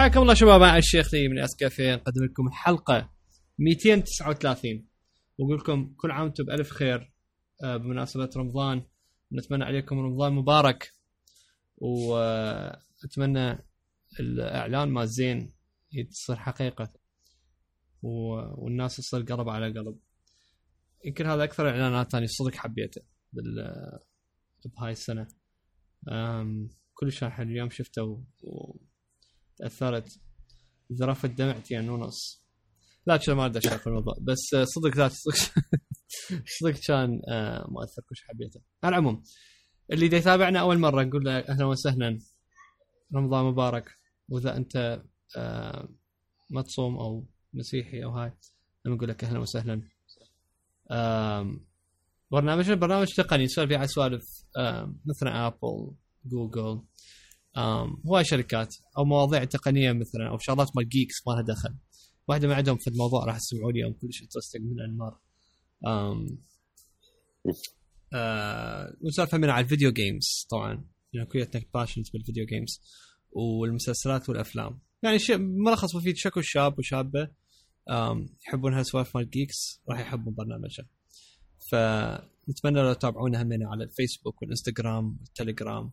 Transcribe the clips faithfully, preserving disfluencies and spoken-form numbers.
حياكم الله شباب، مع الشيخ لي من اسكافيه نقدم لكم الحلقه مئتين وتسعة وثلاثين. واقول لكم كل عام وانتم بالف خير بمناسبه رمضان. نتمنى عليكم رمضان مبارك، واتمنى الاعلان ما زين يصير حقيقه والناس تصير قلب على قلب. يمكن هذا اكثر اعلانات ثاني صدق حبيته بال بهاي السنه. أم كل شيء حلو. اليوم شفته وتأثرت، ذرفت دمعتي يعني ونص. لا شو ما أقدر أشوف الموضوع، بس صدق ذات صدق صدق كان مؤثر. كل شيء حبيته. على العموم اللي دا يتابعنا أول مرة نقول له أهلا وسهلا، رمضان مبارك. وإذا أنت ما تصوم أو مسيحي أو هاي نقول لك أهلا وسهلا. برنامج برنامج تقني نسولف فيه على سوالف مثل أبل، جوجل، هواي شركات أو مواضيع تقنية مثلا أو شغلات مال جيكس ما لها دخل. واحدة ما عندهم في الموضوع راح تسمعوا لي يوم كل شيء تصدق من النار. نسولف من على الفيديو جيمز طبعا، يعني كليتنا باشنت بالفيديو جيمز والمسلسلات والأفلام. يعني شيء ملخص مفيد. شكو الشاب وشابة يحبون هالسوالف مال جيكس راح يحبون برنامجه. فنتمنى لو تتابعونا همنا على الفيسبوك والإنستغرام والتليجرام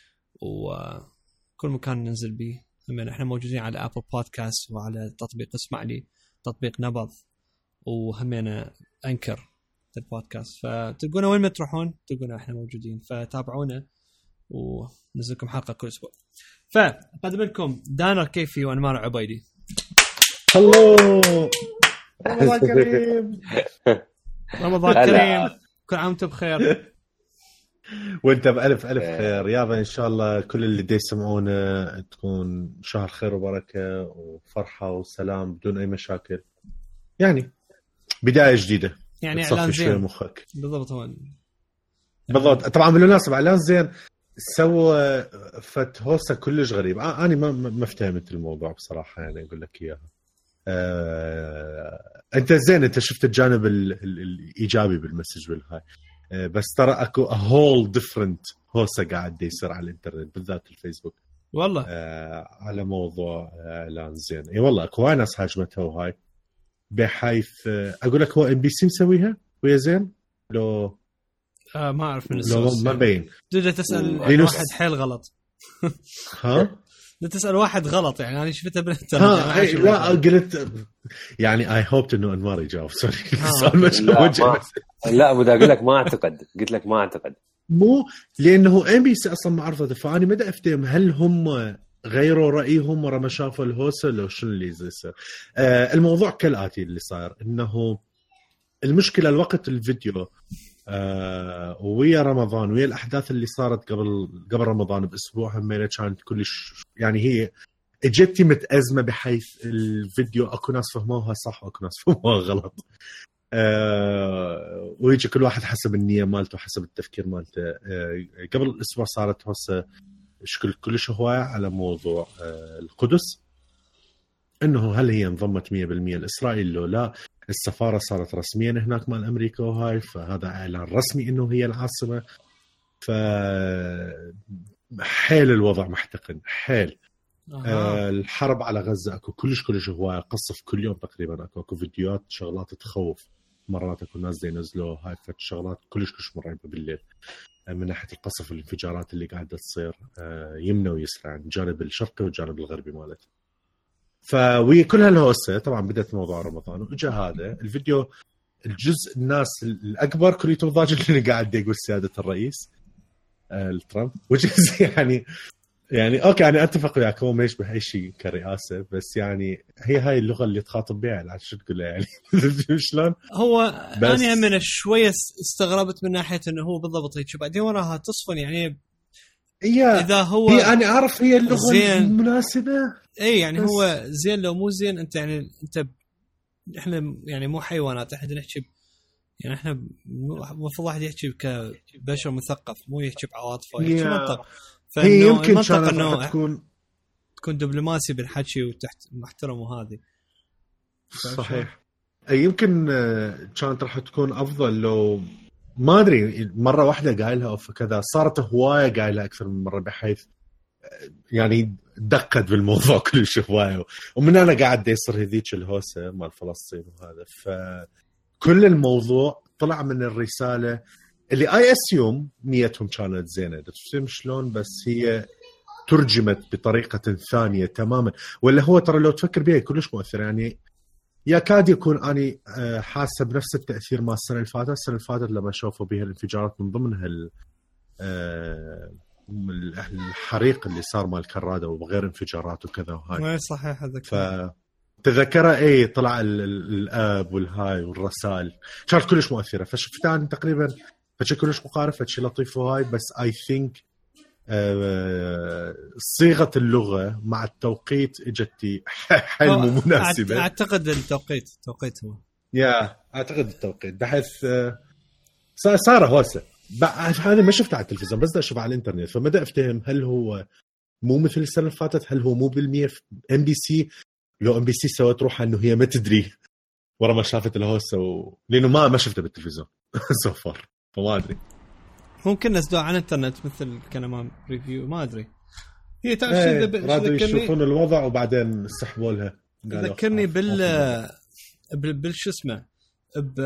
وكل مكان ننزل به. همنا احنا موجودين على أبل بودكاست وعلى تطبيق اسمع لي، تطبيق نبض، وهمنا أنكر البودكاست. فتلقونا وين ما تروحون تلقونا احنا موجودين. فتابعونا وننزلكم حلقة كل أسبوع. فقدم لكم دانر كيفي وأنمار عبيدي. هلو رمضان كريم. رمضان كريم، كل عام وانتم بخير وانت بألف ألف خير يابا. إن شاء الله كل اللي دي يسمعونا تكون شهر خير وبركة وفرحة وسلام بدون أي مشاكل. يعني بداية جديدة يعني إعلان زين مخك. بالضبط هون بالضبط. طبعا بالمناسبة إعلان زين سوى فتهوسة كلش غريب. آه أنا ما ما فهمت الموضوع بصراحة، يعني أقول لك إياها. آه أنت زين أنت شفت الجانب ال ال الإيجابي بالمسج بالهاي، بس ترى اكو a whole different هوسة قاعد يصير على الانترنت بالذات الفيسبوك والله. آه على موضوع اعلان زين. اي والله اكو ناس هاجمتها وهاي بحيث آه اقول لك هو ام بي سي مسويها ويا زين لو آه ما اعرف من السورس ما بين. بدي تسال واحد حيل غلط ها بدي تسال واحد غلط يعني انا شفتها بالانترنت. يعني لا قلت يعني اي هوبت انه انوار يجاوب. سوري السؤال مش وجه. لا بدي اقول لك ما اعتقد، قلت لك ما اعتقد مو لانه ام بي سي اصلا ما عرفت. فاني ما افتهم هل هم غيروا رايهم ورا ما شافوا الهوسه لو شنو اللي يصير. آه الموضوع كالاتي اللي صار انه المشكله الوقت الفيديو آه ويا رمضان ويا الاحداث اللي صارت قبل قبل رمضان باسبوع هم كانت كلش يعني هي اجتي متأزمة بحيث الفيديو اكو ناس فهموها صح واكو ناس فهموها غلط. أه ويجي كل واحد حسب النية مالته حسب التفكير مالته. أه قبل الاسبوع صارت هسه شكل كلش هواية على موضوع أه القدس، انه هل هي انضمت مية بالمية لاسرائيل لو لا. السفارة صارت رسميا هناك مال امريكا وهاي، فهذا اعلان رسمي انه هي العاصمة. ف حيل الوضع محتقن حيل. آه الحرب على غزة أكو كلش كلش هواية قصف كل يوم تقريبا. أكو أكو فيديوهات شغلات تخوف. مرات أكو ناس زي نزلوا هاي فت شغلات كلش كلش مرعبة بالليل آه من ناحية القصف والانفجارات اللي قاعدة تصير آه يمنى ويسرى عن الجانب الشرقي والجانب الغربي مالته. فوي كل هالهوسة طبعا بدأت موضوع رمضان وإجا هذا الفيديو. الجزء الناس الأكبر كليتهم ضاجل اللي قاعد يقول سيادة الرئيس آه الترامب وجزء يعني يعني اوكي انا اتفق وياك هو ما يشبه اي شيء كرئاسه، بس يعني هي هاي اللغه اللي تخاطب بها على شو تقول يعني شلون هو انا من شويه استغربت من ناحيه انه هو بالضبط هيك بعدين وراها تصفن يعني اذا هو هي انا اعرف هي اللغه المناسبه. اي يعني بس. هو زين لو مو زين انت يعني انت احنا يعني مو حيوانات احنا نحكي يعني احنا المفروض واحد يحكي كبشر مثقف مو يحكي بعواطفه يحكي منطق. هي يمكن كانت تكون تكون دبلوماسي بالحكي وتحت محترم وهذه صحيح. يمكن كانت راح تكون افضل لو ما ادري مره واحده قايلها او كذا. صارت هوايه قايلها اكثر من مره بحيث يعني دقت بالموضوع كلش هوايه، ومن انا قاعد يصير هذيك الهوسه مال فلسطين وهذا، فكل الموضوع طلع من الرساله اللي اي اسيوم نيتهم كانت زينه، تفهم شلون؟ بس هي ترجمت بطريقه ثانيه تماما، ولا هو ترى لو تفكر بها كلش مؤثر. يعني يكاد يكون اني حاسه بنفس التاثير ما السنه اللي فاتت السنه اللي فاتت لما شوفوا بها الانفجارات من ضمنها الحريق اللي صار مال كرادة وغير انفجارات وكذا وهاي. ما صحيح هذا. فتذكرها ايه طلع الاب والهاي والرسائل كانت كلش مؤثره، فشفتها أنا تقريبا فشي كلش مقارب، فشي لطيف وهاي. بس اي ثينك صيغه اللغه مع التوقيت اجتي حل مو مناسبه. اعتقد التوقيت توقيت هو يا اعتقد التوقيت بحيث صار هوسه. هذا ما شفته على التلفزيون بس ده اشوفه على الانترنت، فما دا افتهم هل هو مو مثل السنه اللي فاتت، هل هو مو بالمية ام بي سي، لو ام بي سي سوت روحها انه هي ما تدري ورا ما شافت الهوسه و... لانه ما ما شفته بالتلفزيون سوفر، فما ادري. ممكن نزلوه على الانترنت مثل كلام ريفيو ما ادري. هي تعرف شيء رادوا يشوفون الوضع وبعدين سحبوا لها. ذكرني بال بالشو اسمه ب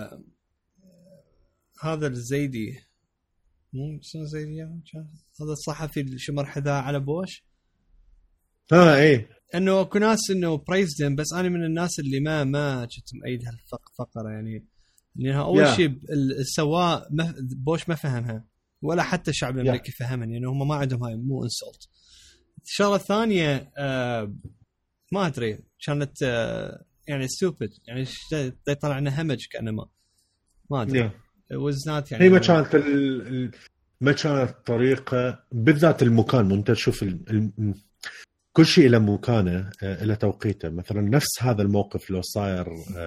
هذا الزيدي، مو شنو زيدي يعني هذا الصحفي اللي شمر حذاء على بوش. اه ايه انه اكو ناس انه برايزدن، بس انا من الناس اللي ما ما كنت مؤيد هالفقره يعني، لانها اول yeah. شيء السواء بوش ما فهمها ولا حتى الشعب الامريكي yeah. فهمها، يعني هم ما عندهم هاي مو انسولت. الشغله الثانيه آه ما ادري كانت آه يعني ستوبد، يعني يطلع لنا همج كانما ما ادري yeah. وزنات يعني. هي ما كانت ال... ما كانت طريقه بالذات المكان، وانت تشوف ال... ال... كل شيء له مكانه له توقيته. مثلا نفس هذا الموقف لو صاير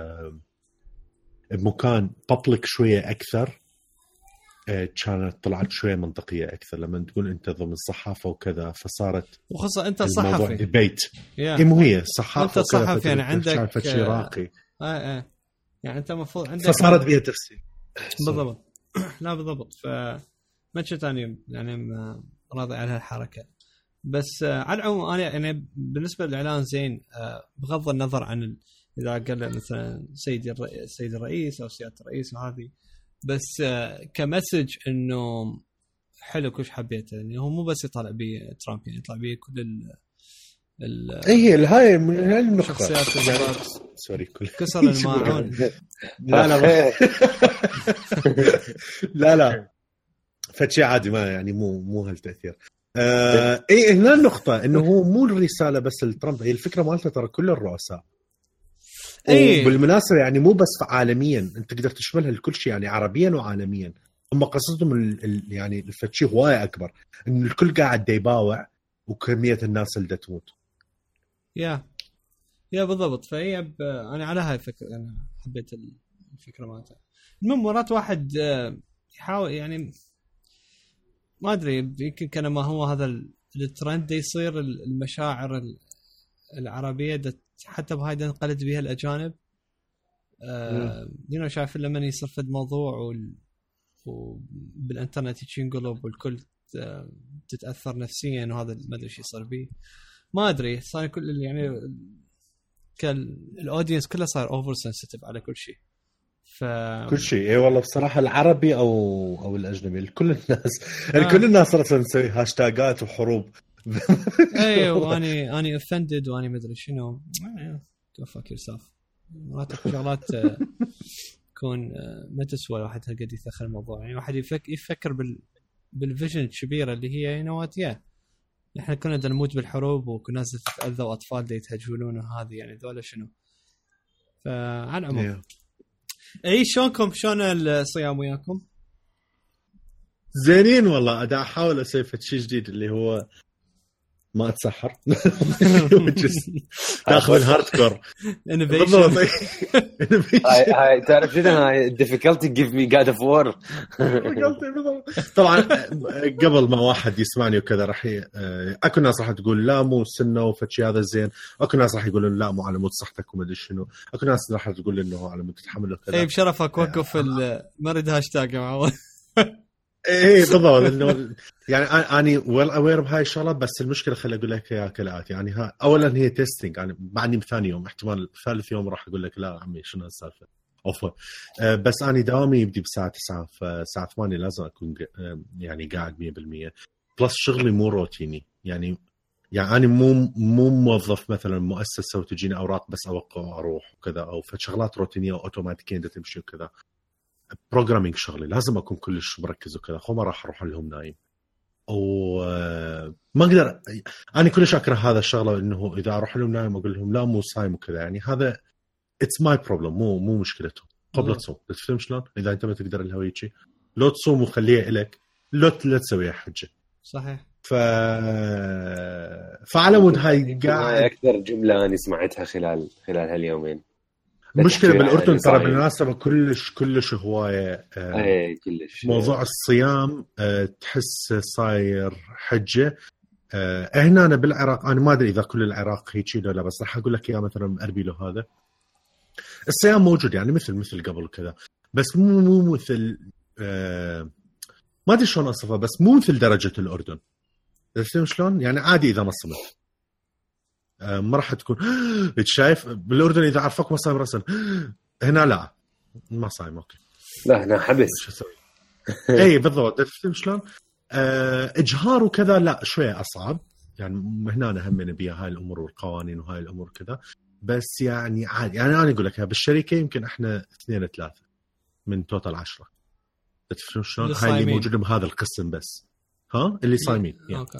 بمكان بابليك شويه اكثر كانت طلعت شويه منطقيه اكثر. لما تقول انت ضمن الصحافه وكذا فصارت، وخاصه انت صحفي ديبيت yeah. مو هي الصحافه انت صحفي يعني عندك شيء راقي اه اه يعني انت المفروض عندك فصارت بها تفسير بالضبط. لا بالضبط. ف ما كنت ثاني يعني راضي على هالحركه. بس على العموم انا يعني بالنسبه للاعلان زين، بغض النظر عن اذا قال مثلا سيدي الرئيس سيد الرئيس او سياده الرئيس وهذه، بس كمسج انه حلو كلش حبيته. يعني هو مو بس يطلع بيه ترامب، يعني يطلع بيه كل ال ال ايه الهاي هاي النقطه يعني سوري كل كسر الماعون. لا لا لا لا فشي عادي، ما يعني مو مو هالتاثير. آه ايه هنا النقطه انه هو مو الرساله بس لترامب، هي الفكره مالته ترى كل الرؤساء. ايه بالمناسبه يعني مو بس عالميا، انت تقدر تشملها لكل شيء يعني عربيا وعالميا. هم قصتهم ال ال يعني الفتشي هوايه اكبر، انه الكل قاعد يباوع وكميه الناس اللي تموت. يا يا بالضبط. فهي انا على هاي الفكره انا حبيت الفكره مالته. المهم مرات واحد يحاول يعني ما ادري يمكن كان ما هو هذا الترند يصير المشاعر العربيه حتى بهاي انقلت بها الاجانب. آه دينا شايف لما يصير في الموضوع وال... وبالانترنت ينقلب والكل تتاثر نفسيا، وهذا ما ادري ايش يصير به ما ادري. صار كل يعني كالاودينس كله صار اوفر سنسيتيف على كل شيء. ف... كل شيء اي والله بصراحه العربي او او الاجنبي كل الناس آه. كل الناس صارت تسوي هاشتاجات وحروب. ايوه واني اني اوفندد واني ما ادري شنو. جو فاك يور سيلف. مرات شغلات تكون ما تسوى الواحد هالقد يتاخر الموضوع. يعني واحد يفكر يفكر بال بالفيجن الكبيره اللي هي نوات يا احنا كنا نموت بالحروب وكنا ناس تتاذى واطفال دا يتهجلون وهذه يعني ذولا شنو. فعلى العموم اي شلونكم شلون الصيام وياكم؟ زينين والله. أدا أحاول أسوي شيء جديد اللي هو ما أتسحر داخل هاردكور انوفيشن. هاي هاي تعرف شنو هاي difficulty give me God of War. طبعا قبل ما واحد يسمعني وكذا راح اكو ناس راح تقول لا مو سنه وفتشي هذا زين، اكو ناس راح يقولون لا مو على مود صحتك وما ادري شنو، اكو ناس راح تقول انه على مود تتحمل وكذا. اي بشرفك وقف ما اريد هاشتاج يا معود. ايه بالضبط انه يعني اني ويل اوير بهاي الشغله، بس المشكله خلي اقول لك اياها كالاتي. يعني ها اولا هي تيستينج، يعني بعدني ثاني يوم احتمال ثالث يوم راح اقول لك لا عمي شنو السالفه اوفر. أه بس اني دوامي يبدي بساعه تسعة، فساعه ثمانية لازم اكون يعني قاعد مية بالمية. بلس شغلي مو روتيني، يعني يعني انا مو مو موظف مثلا مؤسسه وتجيني اوراق بس اوقع واروح وكذا، او فشغلات روتينيه واوتوماتيكيه تمشي وكذا. بروجرامينج شغلي لازم اكون كلش مركز وكذا، خو ما راح اروح لهم نايم. او ما اقدر انا كلش اكره هذا الشغله، انه اذا اروح لهم نايم اقول لهم لا مو صايم وكذا. يعني هذا اتس ماي بروبلم، مو مو مشكلتهم. قبل تصوم تفهم شلون؟ اذا انت ما تقدر لها هيك لو تصوم وخليها لك، لو لا تسويها حجه. صحيح. ف فعلى مود هاي قاعد اكثر جمله انا سمعتها خلال خلال هاليومين. المشكله بالاردن ترى بالمناسبه كلش كلش هوايه آه اي كلش موضوع الصيام آه تحس صاير حجه. آه هنا أنا بالعراق انا ما ادري اذا كل العراق هيك ولا لا، بس راح اقول لك اياه مثلا اربيل هذا الصيام موجود يعني مثل مثل قبل وكذا، بس مو مو مثل آه ما ادري شلون اصفه، بس مو مثل درجه الاردن. تفهم شلون؟ يعني عادي اذا ما صمت آه ما راح تكون شايف. بالاردن اذا عرفك ما صايم رسل، هنا لا ما صايم اوكي لا هنا حبس شو اسوي. اي بالضبط. تفهم شلون؟ آه اجهار وكذا لا شويه اصعب، يعني هنا انا هم نبي هاي الامور والقوانين وهاي الامور كذا، بس يعني عادي. يعني انا اقول لك بالشركه يمكن احنا اثنين ثلاثه من توتال عشرة. تفهم شلون؟ هاي اللي موجودين بهذا القسم بس، ها اللي صايمين يعني. اوكي.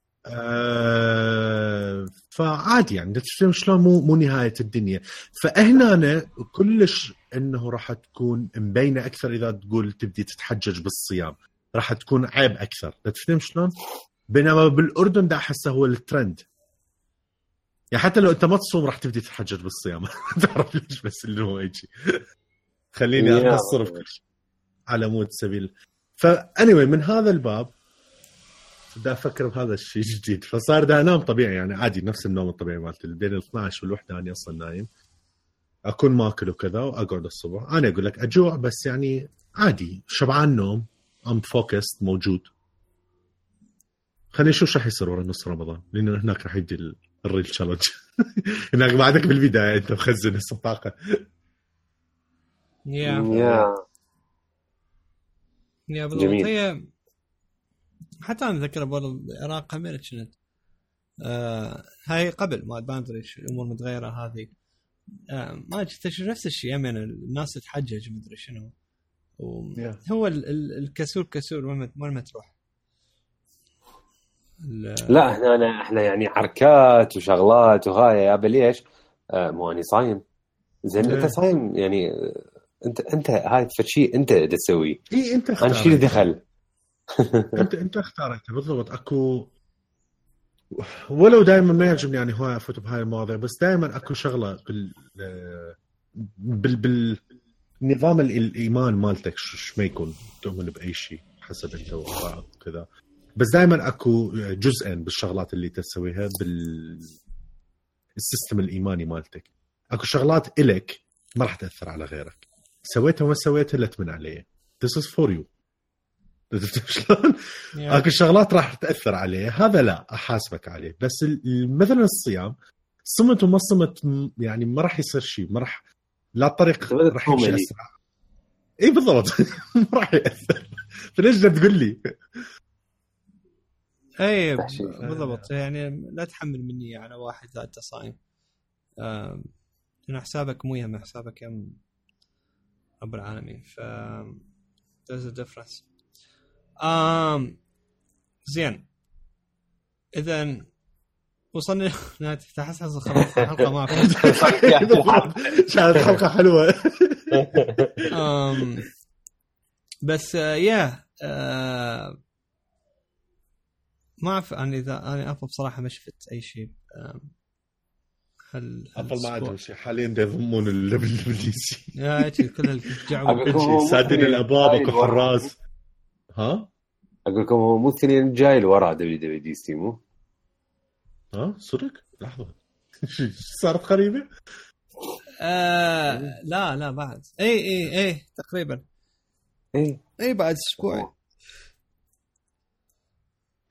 آه فعادي يعني تفهم شلون؟ مو مو نهايه الدنيا. فهنا أنا كلش انه راح تكون مبينه اكثر اذا تقول تبدي تتحجج بالصيام، راح تكون عيب اكثر. تفهم شلون؟ بينما بالاردن ده احسه هو الترند، يعني حتى لو انت ما تصوم راح تبدي تتحجج بالصيام. تعرف ليش؟ بس اللي هو يجي خليني اقصر في كل شيء على مود سبيل. فانيوي من هذا الباب بدي افكر بهذا الشيء جديد، فصار ده انام طبيعي يعني عادي نفس النوم الطبيعي مالتي بين الاثناشر والوحده. اني اصلا نايم اكون ماكل وكذا واقعد الصبح. انا اقول لك اجوع بس يعني عادي شبعان نوم ام فوكست موجود. خلينا نشوف شو راح يصير ورا نص رمضان، لانه هناك راح يبدي الريل تشالنج. هناك بعدك بالبدايه انت مخزن الطاقه. يا يا يا بالضبط. هي حتى انا ذكر برضه العراق كملت كنت آه هاي قبل ما ادري الامور متغيره هذه. آه ما تشوف نفس الشيء يعني الناس تتحجج مدري شنو هو الكسور كسور وين ما تروح. لا احنا أنا احنا يعني حركات وشغلات وهاي يا ليش آه مو اني صايم زين انت صايم يعني انت انت هاي فشي انت تسوي اي انت انا شيء دخل. انت انت اختارت بالضبط. اكو ولو دائما ما يعجبني يعني هو افوت بهاي المواضيع، بس دائما اكو شغله بال بال بالنظام الايمان مالتك شو ما يكون تؤمن باي شيء حسب انت وراءك كذا، بس دائما اكو جزئين بالشغلات اللي تسويها بالسيستم الايماني مالتك. اكو شغلات الك ما راح تاثر على غيرك، سويتها وما سويتها لا تمن عليه. This is for you. شلون؟ اكو شغلات راح تاثر عليه، هذا لا احاسبك عليه. بس مثلا الصيام صمت وما صمت يعني ما راح يصير شيء، ما راح لا الطريق راح يمشي اسرع. اي بالضبط. ما راح ياثر. فليش تقول لي اي بالضبط؟ يعني لا تحمل مني على واحد ذاته صايم. آه إنه حسابك مو يهم حسابك يم رب العالمين. ف there's a difference. آم زين إذن وصلنا نهاية. تحس حس خلاص الحلقة معكم. كانت حلقة حلوة. آم بس يا آه ما أعرف أنا إذا أنا أبغى بصراحة ما شفت أي شيء. هل أفضل ما عندهم شيء حاليا يضمون اللبليسي. يا أجل كل الجو كل شيء سادين الأبواب وحراس. ها أقول لكم هو مو الاثنين جاي الورا دبليو دبليو دي ستيمو. ها صدق لحظة صارت قريبة. آه لا لا بعد اي اي اي تقريبا اي اي بعد اسبوع.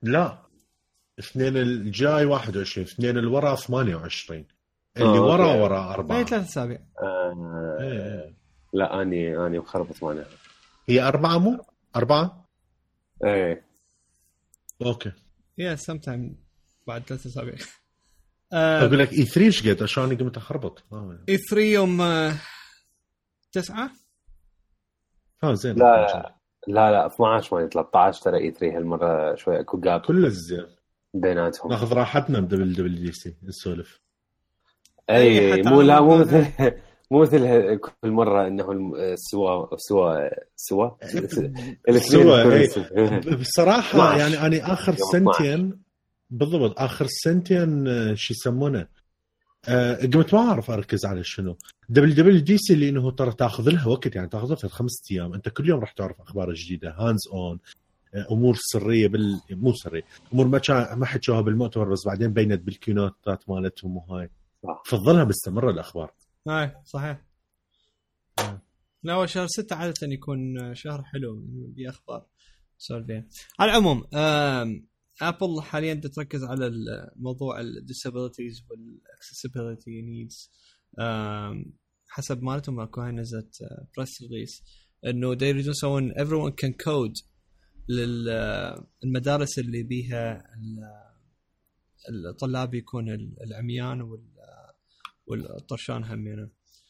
لا اثنين الجاي واحد وعشرين، اثنين الورا ثمانية وعشرين، اللي آه، ورا أوكي. ورا باقي أربعة. ثلاث اسابيع. آه إيه. لا اني اني مخربط معنا. هي أربعة مو أربعة. ايه أوكي يا سم تايم بعد ثلاث اسابيع. أقول لك إي ثري إيش قد عشان قمت أخربط. آه. اي ثري يوم آه، تسعة. ها زين. لا لا لا اثناشر ما ثلاثة عشر ترى اي ثري هالمره شوي اكو جاب كل الزين بيناتهم. ناخذ راحتنا بدبل دبل دي سي نسولف. أي اي حتى مو لا أنا مو ما- مثل مو مثل كل مره انه الم- سوا سوا سوا سوا إيه. الاثنين بصراحة اثناشر. يعني أنا آخر يوم اثناشر. سنتين بالضبط آخر سنتين آه، شو يسمونه أه قمت ما أعرف أركز على شنو دبل دبل دي سي اللي إنه ترى تأخذ لها وقت يعني تأخذ لها خمسة أيام. أنت كل يوم راح تعرف أخبار جديدة هاندز أون أمور سرية بال مو سرية أمور ما كان ما حكوها بالمؤتمر بس بعدين بينت بالكينوتات مالتهم وهاي فضلها مستمرة الأخبار. هاي صحيح. لا هو شهر ستة عادة يكون شهر حلو بأخبار سولفين. على العموم أبل حاليا تركز على الموضوع ال disabilities وال accessibility needs. حسب مالتهم أكو هاي نزلت press release إنه دا يريدون يسوون everyone can code للمدارس اللي بيها الطلاب يكون العميان والطرشان همينه.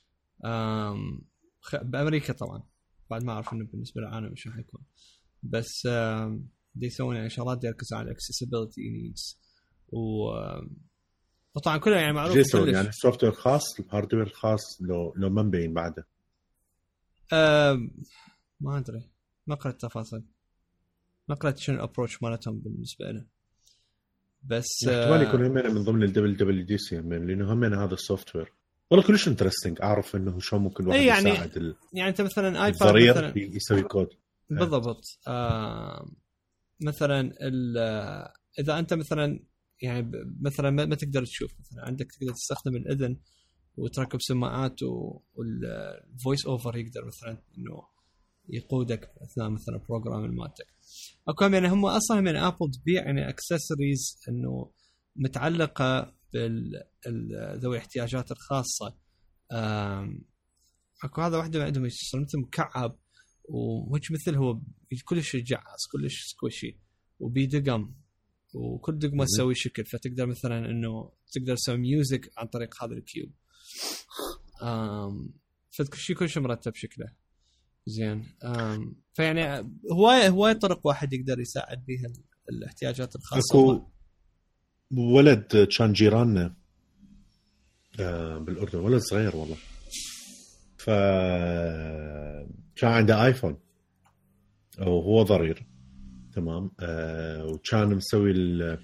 بأمريكا طبعا بعد ما أعرف إنه بالنسبة للعالم مش راح يكون بس دي يسوون يعني شغلات يركزوا على accessibility needs و وطبعا كله يعني معروف كلش يعني السوفت وير خاص الهاردوير خاص لو لو ما مبين بعده. أه ما أدري ما قرأت تفاصيل ما قرأت شنو الابروتش مالتهم بالنسبة لنا بس احتمال يكون همين من ضمن الدبل دبل دي سي همين لأنه همين هذا السوفت وير والله كلش انترستينج. أعرف إنه شو ممكن واحد يعني يساعد ال... يعني أنت مثلا آيباد مثلا يسوي كود بالضبط. آه مثلا إذا أنت مثلا يعني مثلا ما تقدر تشوف مثلا عندك تقدر تستخدم الأذن وتركب سماعات والفويس أوفر يقدر مثلا إنه يقودك أثناء مثلا بروجرام مالتك. أكو يعني هم أصلا من أبل تبيع يعني أكسسوارز إنه متعلقة بال ذوي الاحتياجات الخاصة. أكو هذا واحدة من عندهم يصير مثل مكعب ووجه مثل هو كلش يجعص كلش سكوشي وبيدقم وكل دقمة تسوي شكل فتقدر مثلا إنه تقدر تسوي ميوزك عن طريق هذا الكيوب. فكل شيء كل شيء مرتب شكله زين. فيعني هواية هواية طرق واحد يقدر يساعد بها الاحتياجات الخاصة. أكو ولد كان جيراننا بالأردن ولد صغير والله ف كان عنده آيفون وهو ضرير تمام. أه وكان مسوي ال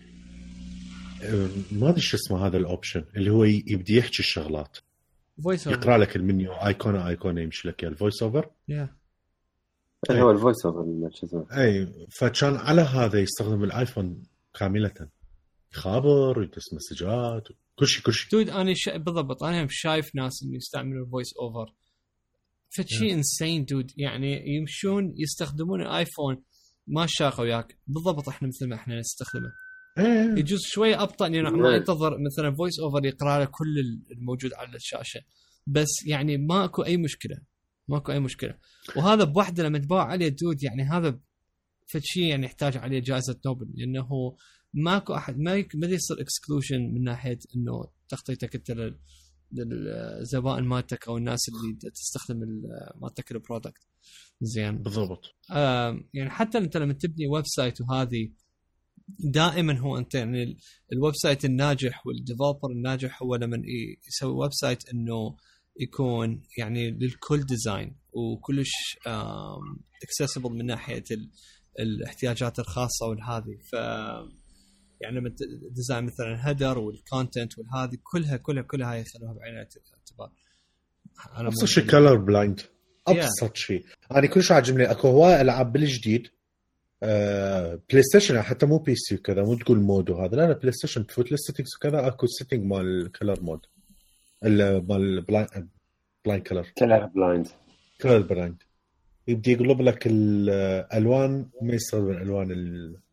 ما ادري شو اسمه هذا الاوبشن اللي هو يبدي يحكي الشغلات يقرا لك المنيو ايقونه ايقونه يمشي لك الفويس اوفر. يا اللي هو الفويس اوفر شو اسمه. اي فكان على هذا يستخدم الايفون كامله يخابر ويدس مسجات كل شيء كل شيء. دود انا ش... بالضبط انا شايف ناس اللي يستعملوا الفويس اوفر فشي انسين دود يعني يمشون يستخدمون الايفون ما شاقوا وياك بالضبط احنا مثل ما احنا نستخدمه. ايه يجوز شوي ابطا لانه ما ينتظر مثلا فويس اوفر يقرا له كل الموجود على الشاشه بس يعني ماكو اي مشكله ماكو اي مشكله. وهذا بوحده لما تباع عليه دود يعني هذا فشي يعني يحتاج عليه جائزه نوبل لانه ماكو احد ما ما يصير اكسكلوجن من ناحيه انه تخطيطك انت للزبائن مالتك او الناس اللي تستخدم مالتك البرودكت زين بالضبط. آه يعني حتى انت لما تبني ويب سايت وهذه دائما هو انت يعني الويب سايت الناجح والديفلوبر الناجح هو لما يسوي ويب سايت انه يكون يعني للكل ديزاين وكلش اكسسبل من ناحيه الاحتياجات الخاصه والهذه. ف يعني لما ديزاين مثلا هيدر والكونتنت والهذه كلها كلها كلها هاي يخلوها بعين الاعتبار. ابسط شيء كلر بلايند ابسط شيء انا كلش عاجبني. اكو هواي العاب بالجديد آه، بلاي ستيشن حتى مو بي سي وكذا مو تقول مود وهذا لا لا بلاي ستيشن تفوت للسيتنجز وكذا اكو سيتنج مال كلر مود مال بلايند بلايند كلر كلر بلايند كلر بلايند يبدي يقلب لك الالوان ما يستخدم الالوان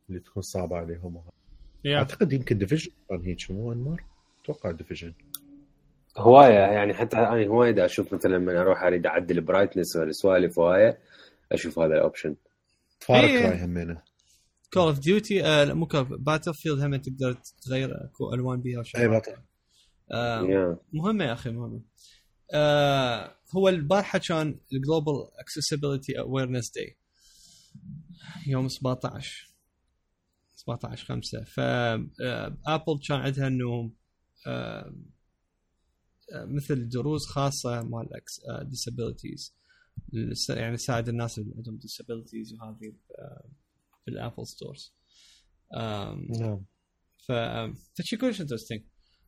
اللي تكون صعبة عليهم. yeah. أعتقد يمكن ديفيجن كان هيك مو أنمار، أتوقع ديفيجن هواية يعني. حتى أنا هواية دا أشوف مثلا لما أروح أريد أعدل برايتنس ولا سوالف هواية أشوف هذا الأوبشن. فارك راي همينه كول اوف ديوتي آه مو كول باتل فيلد هم تقدر تغير اكو الوان بيها وشغلات آه yeah. مهمه يا اخي مهمه. آه هو البارحه كان الجلوبال اكسسبيليتي اويرنس داي يوم سبعطعش سبعطعش خمسة. فابل كان عندها انه آه مثل دروس خاصه مال ديسابيليتيز يعني تساعد الناس اللي عندهم ديسابيليتيز وهذه في الابل ستورز. نعم. ف فشي كلش انترستينج.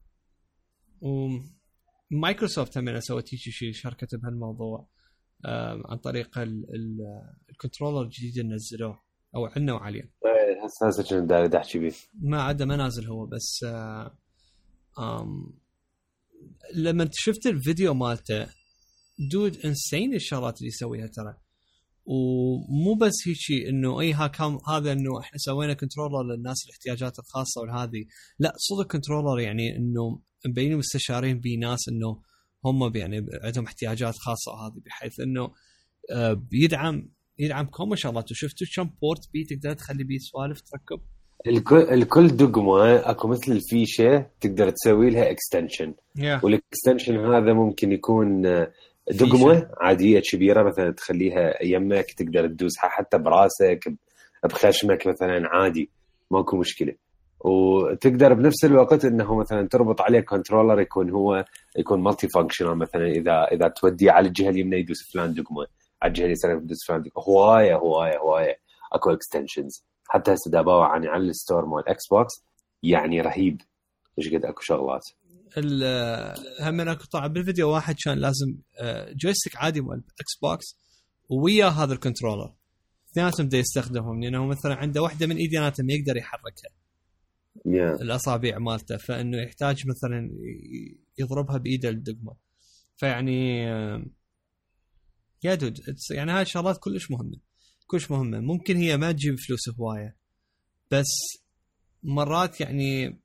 ومايكروسوفت هم سوت شيء شركه بهالموضوع عن طريق الكنترولر الجديد اللي نزلوه او عنوا عليه. هسه هسه كنت داير احكي بيه ما عاد ما نازل هو بس آم لما شفت الفيديو مالته دود انسين الشغلات اللي يسويها ترى. ومو بس هيك انه اي ها كان هذا انه احنا سوينا كنترولر للناس الاحتياجات الخاصه والهذه لا صدق كنترولر يعني انه مبينين مستشارين بناس انه هم يعني عندهم احتياجات خاصه وهذه بحيث انه بيدعم يدعم كم شغلات. وشفتوا كم بورت بي تقدر تخلي بيه سوالف تركب الكل الكل دقمه اكو مثل الفيشه تقدر تسوي لها اكستنشن yeah. والاكستنشن هذا ممكن يكون دقمه عاديه كبيره مثلا تخليها يمك تقدر تدوسها حتى براسك بخشمك مثلا عادي ماكو مشكله. وتقدر بنفس الوقت انه مثلا تربط عليه كنترولر يكون هو يكون مالتي فانكشنال مثلا اذا اذا تودي على الجهه اليمنى يدوس فلان دقمه على الجهه اليسار يدوس فلان دقمه. هوايه هوايه هوايه اكو اكستنشنز حتى هسه دابا عن على الستور مال اكس بوكس يعني رهيب ايش قد اكو شغلات. هم انا قطع بالفيديو واحد كان لازم جويستيك عادي مال اكس بوكس ويا هذا الكنترولر اثنيناتهم بده يستخدمهم لانه مثلا عنده واحده من ايديناتهم يقدر يحركها yeah. الاصابع مالته فانه يحتاج مثلا يضربها بايده الدقمه. فيعني يا دود يعني هاي الشغلات كلش مهمه كلش مهمه. ممكن هي ما تجيب فلوس هوايه بس مرات يعني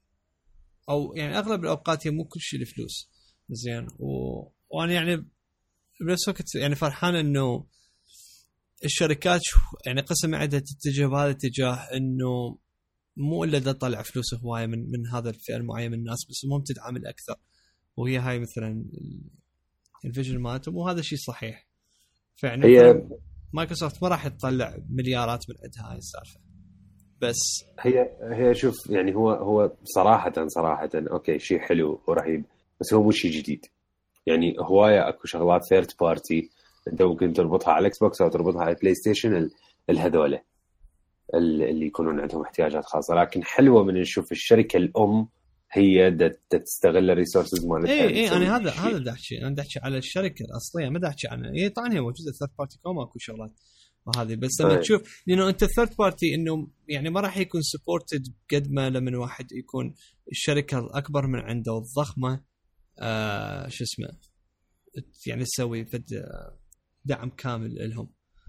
او يعني اغلب الاوقات هي مو كل شيء الفلوس زين. و... وانا يعني بنفس الوقت يعني فرحان انه الشركات يعني قسم عندها تتجه بهذا الاتجاه انه مو الا تطلع فلوس هوايه من من هذا الفئه المعين من الناس بس مو تدعم الاكثر. وهي هاي مثلا الفيجن مالتهم وهذا شيء صحيح. فيعني هي مايكروسوفت ما راح تطلع مليارات من عندها هاي السالفه بس هي هي شوف يعني هو هو صراحه صراحه اوكي شيء حلو ورهيب بس هو مو شيء جديد. يعني هوايه اكو شغلات ثيرد بارتي انت ممكن تربطها على الاكس بوكس او تربطها على البلاي ستيشن الهذول اللي يكونون عندهم احتياجات خاصه. لكن حلوه من نشوف الشركه الام هي تستغل الريسورسز مالتها. اي اي انا هذا هذا بدي احكي انا بدي احكي على الشركه الاصليه ما بدي احكي عنها. هي طبعا هي موجوده ثيرد بارتي كوما اكو شغلات وهذه بس لما تشوف لانه انت ثيرد بارتي انه يعني ما راح يكون سبورتد قد ما لما واحد يكون الشركه الاكبر من عنده والضخمه آه شو اسمه يعني تسوي فد دعم كامل لهم.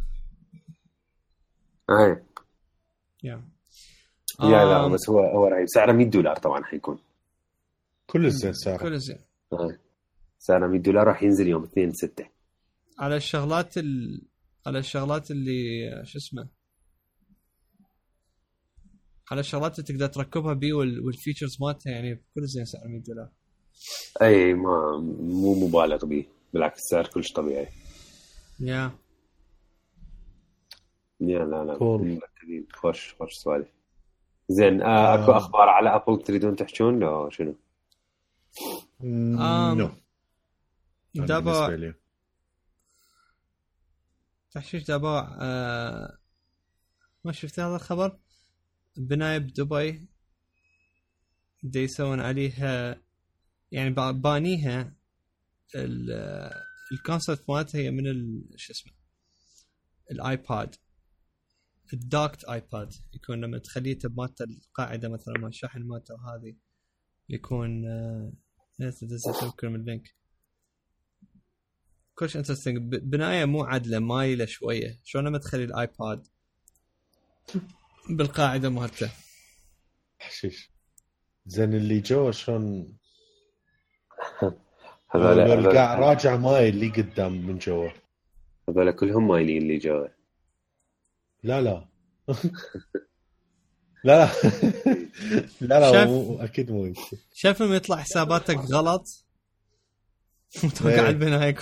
اي يا يا لا بس هو هو رهيب. سعره مية دولار طبعا حيكون كل زين سعره كل زين سعره مية دولار راح ينزل يوم اثنين ستة على الشغلات ال... على الشغلات اللي شو اسمه على الشغلات اللي تقدر تركبها بي وال... والفيتشرز مالتها يعني كل زين سعر مية دولار. اي ما مو مبالغ به بالعكس السعر كلش طبيعي. يا يا لا لا cool. خوش خوش سوالف زين. آه اكو اخبار على ابل تريدون تحكون لو شنو؟ نو دابا تحشيش دابا آه ما شفت هذا الخبر بناية بدبي دي يسوون عليها يعني بانيها الكونسبت مالتها هي من شو اسمه الايباد الداكت ايباد يكون لما تخليه بمالته القاعده مثلا مال الشاحن مالته وهذه يكون آه تذكر من اللينك كلش انترستينج. بنايه مو عدله مايله شويه شلون لما تخلي الايباد بالقاعده مالته حشيش. زين اللي جوا شلون هذا القاع راجع ماي اللي قدام من جوا هذول كلهم مايلين اللي جوا. لا لا لا لا لا شاف... مو اكيد مو انت. شايف لما يطلع حساباتك غلط وتوقع البنايه.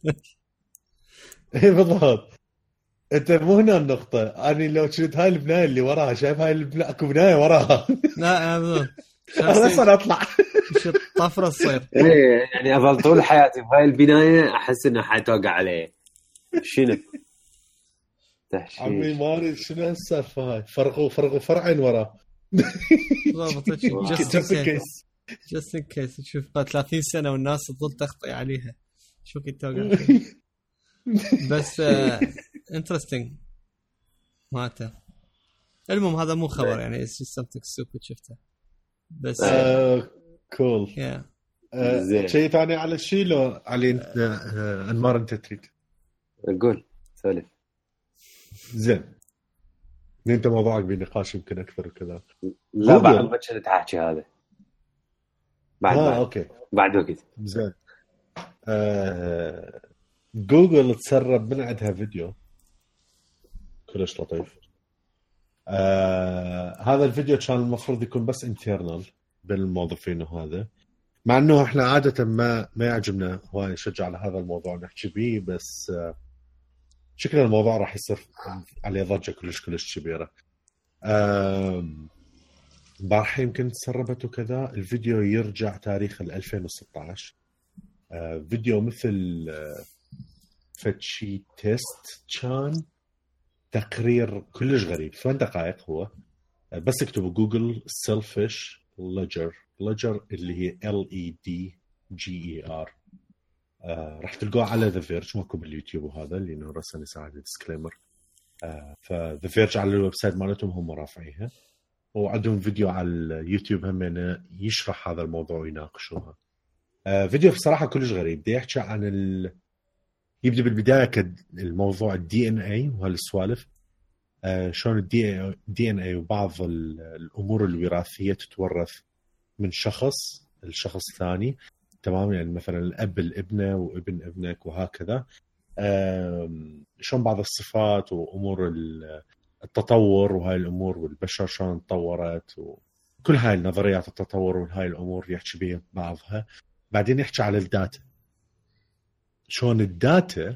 اي بالضبط. انت مو هنا النقطه. انا لو شفت هاي البنايه اللي وراها شايف هاي البنايه اكو بنايه وراها. لا بالضبط انا اطلع شو طفره تصير. ايه يعني اظل طول حياتي بهاي البنايه احس انه حتوقع عليه. شنو تحشيش عمي ماري شنو هالسالفه هاي؟ فرقوا فرقوا فرعين ورا بالضبط. جست كيس جست كيس تشوف ثلاثين سنه والناس تظل تخطي عليها شو كنت توقع. بس انترستينج ماته. المهم هذا مو خبر يعني it's just something stupid شفته بس كول. شيء ثاني على الشيء لو علي انمار انت تريد قول سالف. زين انت موضوعك بنقاش يمكن اكثر وكذا. لا بعد ما كنت احكي هذا بعد آه بعد اوكي بعد وقت. زين آه... جوجل تسرب من عندها فيديو كلش لطيف. آه... هذا الفيديو كان المفروض يكون بس انترنال بالموظفين وهذا، مع انه احنا عاده ما ما يعجبنا هو نشجع على هذا الموضوع نحكي بيه، بس آه... شكل الموضوع راح يصير عليه ضجه كلش كلش كبيره. امبارح يمكن تسربت وكذا. الفيديو يرجع تاريخ ألفين وستة عشر. آه فيديو مثل آه فتشي تيست كان تقرير كلش غريب. ثمان دقائق هو. آه بس اكتبوا جوجل سيلفيش ليجر ليجر اللي هي ال اي دي جي اي ار. آه راح تلقوه على ذا فيرج ماكو باليوتيوب وهذا اللي انه رسل يساعد ديسكليمر. آه فذا فيرج على الويب سايت مالتهم هم رافعيها، وعندهم فيديو على اليوتيوب هم يشرح هذا الموضوع ويناقشوها. آه فيديو بصراحه كلش غريب. بده يحكي عن ال... يبدا بالبدايه كالموضوع الدي ان اي وهالسوالف. آه شلون الدي دي ان اي وبعض الامور الوراثيه تتورث من شخص لشخص ثاني. تمام يعني مثلا الاب لابنه وابن ابنك وهكذا. شلون بعض الصفات وامور التطور وهاي الامور والبشر شلون تطورت وكل هاي النظريات التطور وهاي الامور يحكي بها بعضها. بعدين يحكي على الداتا شلون الداتا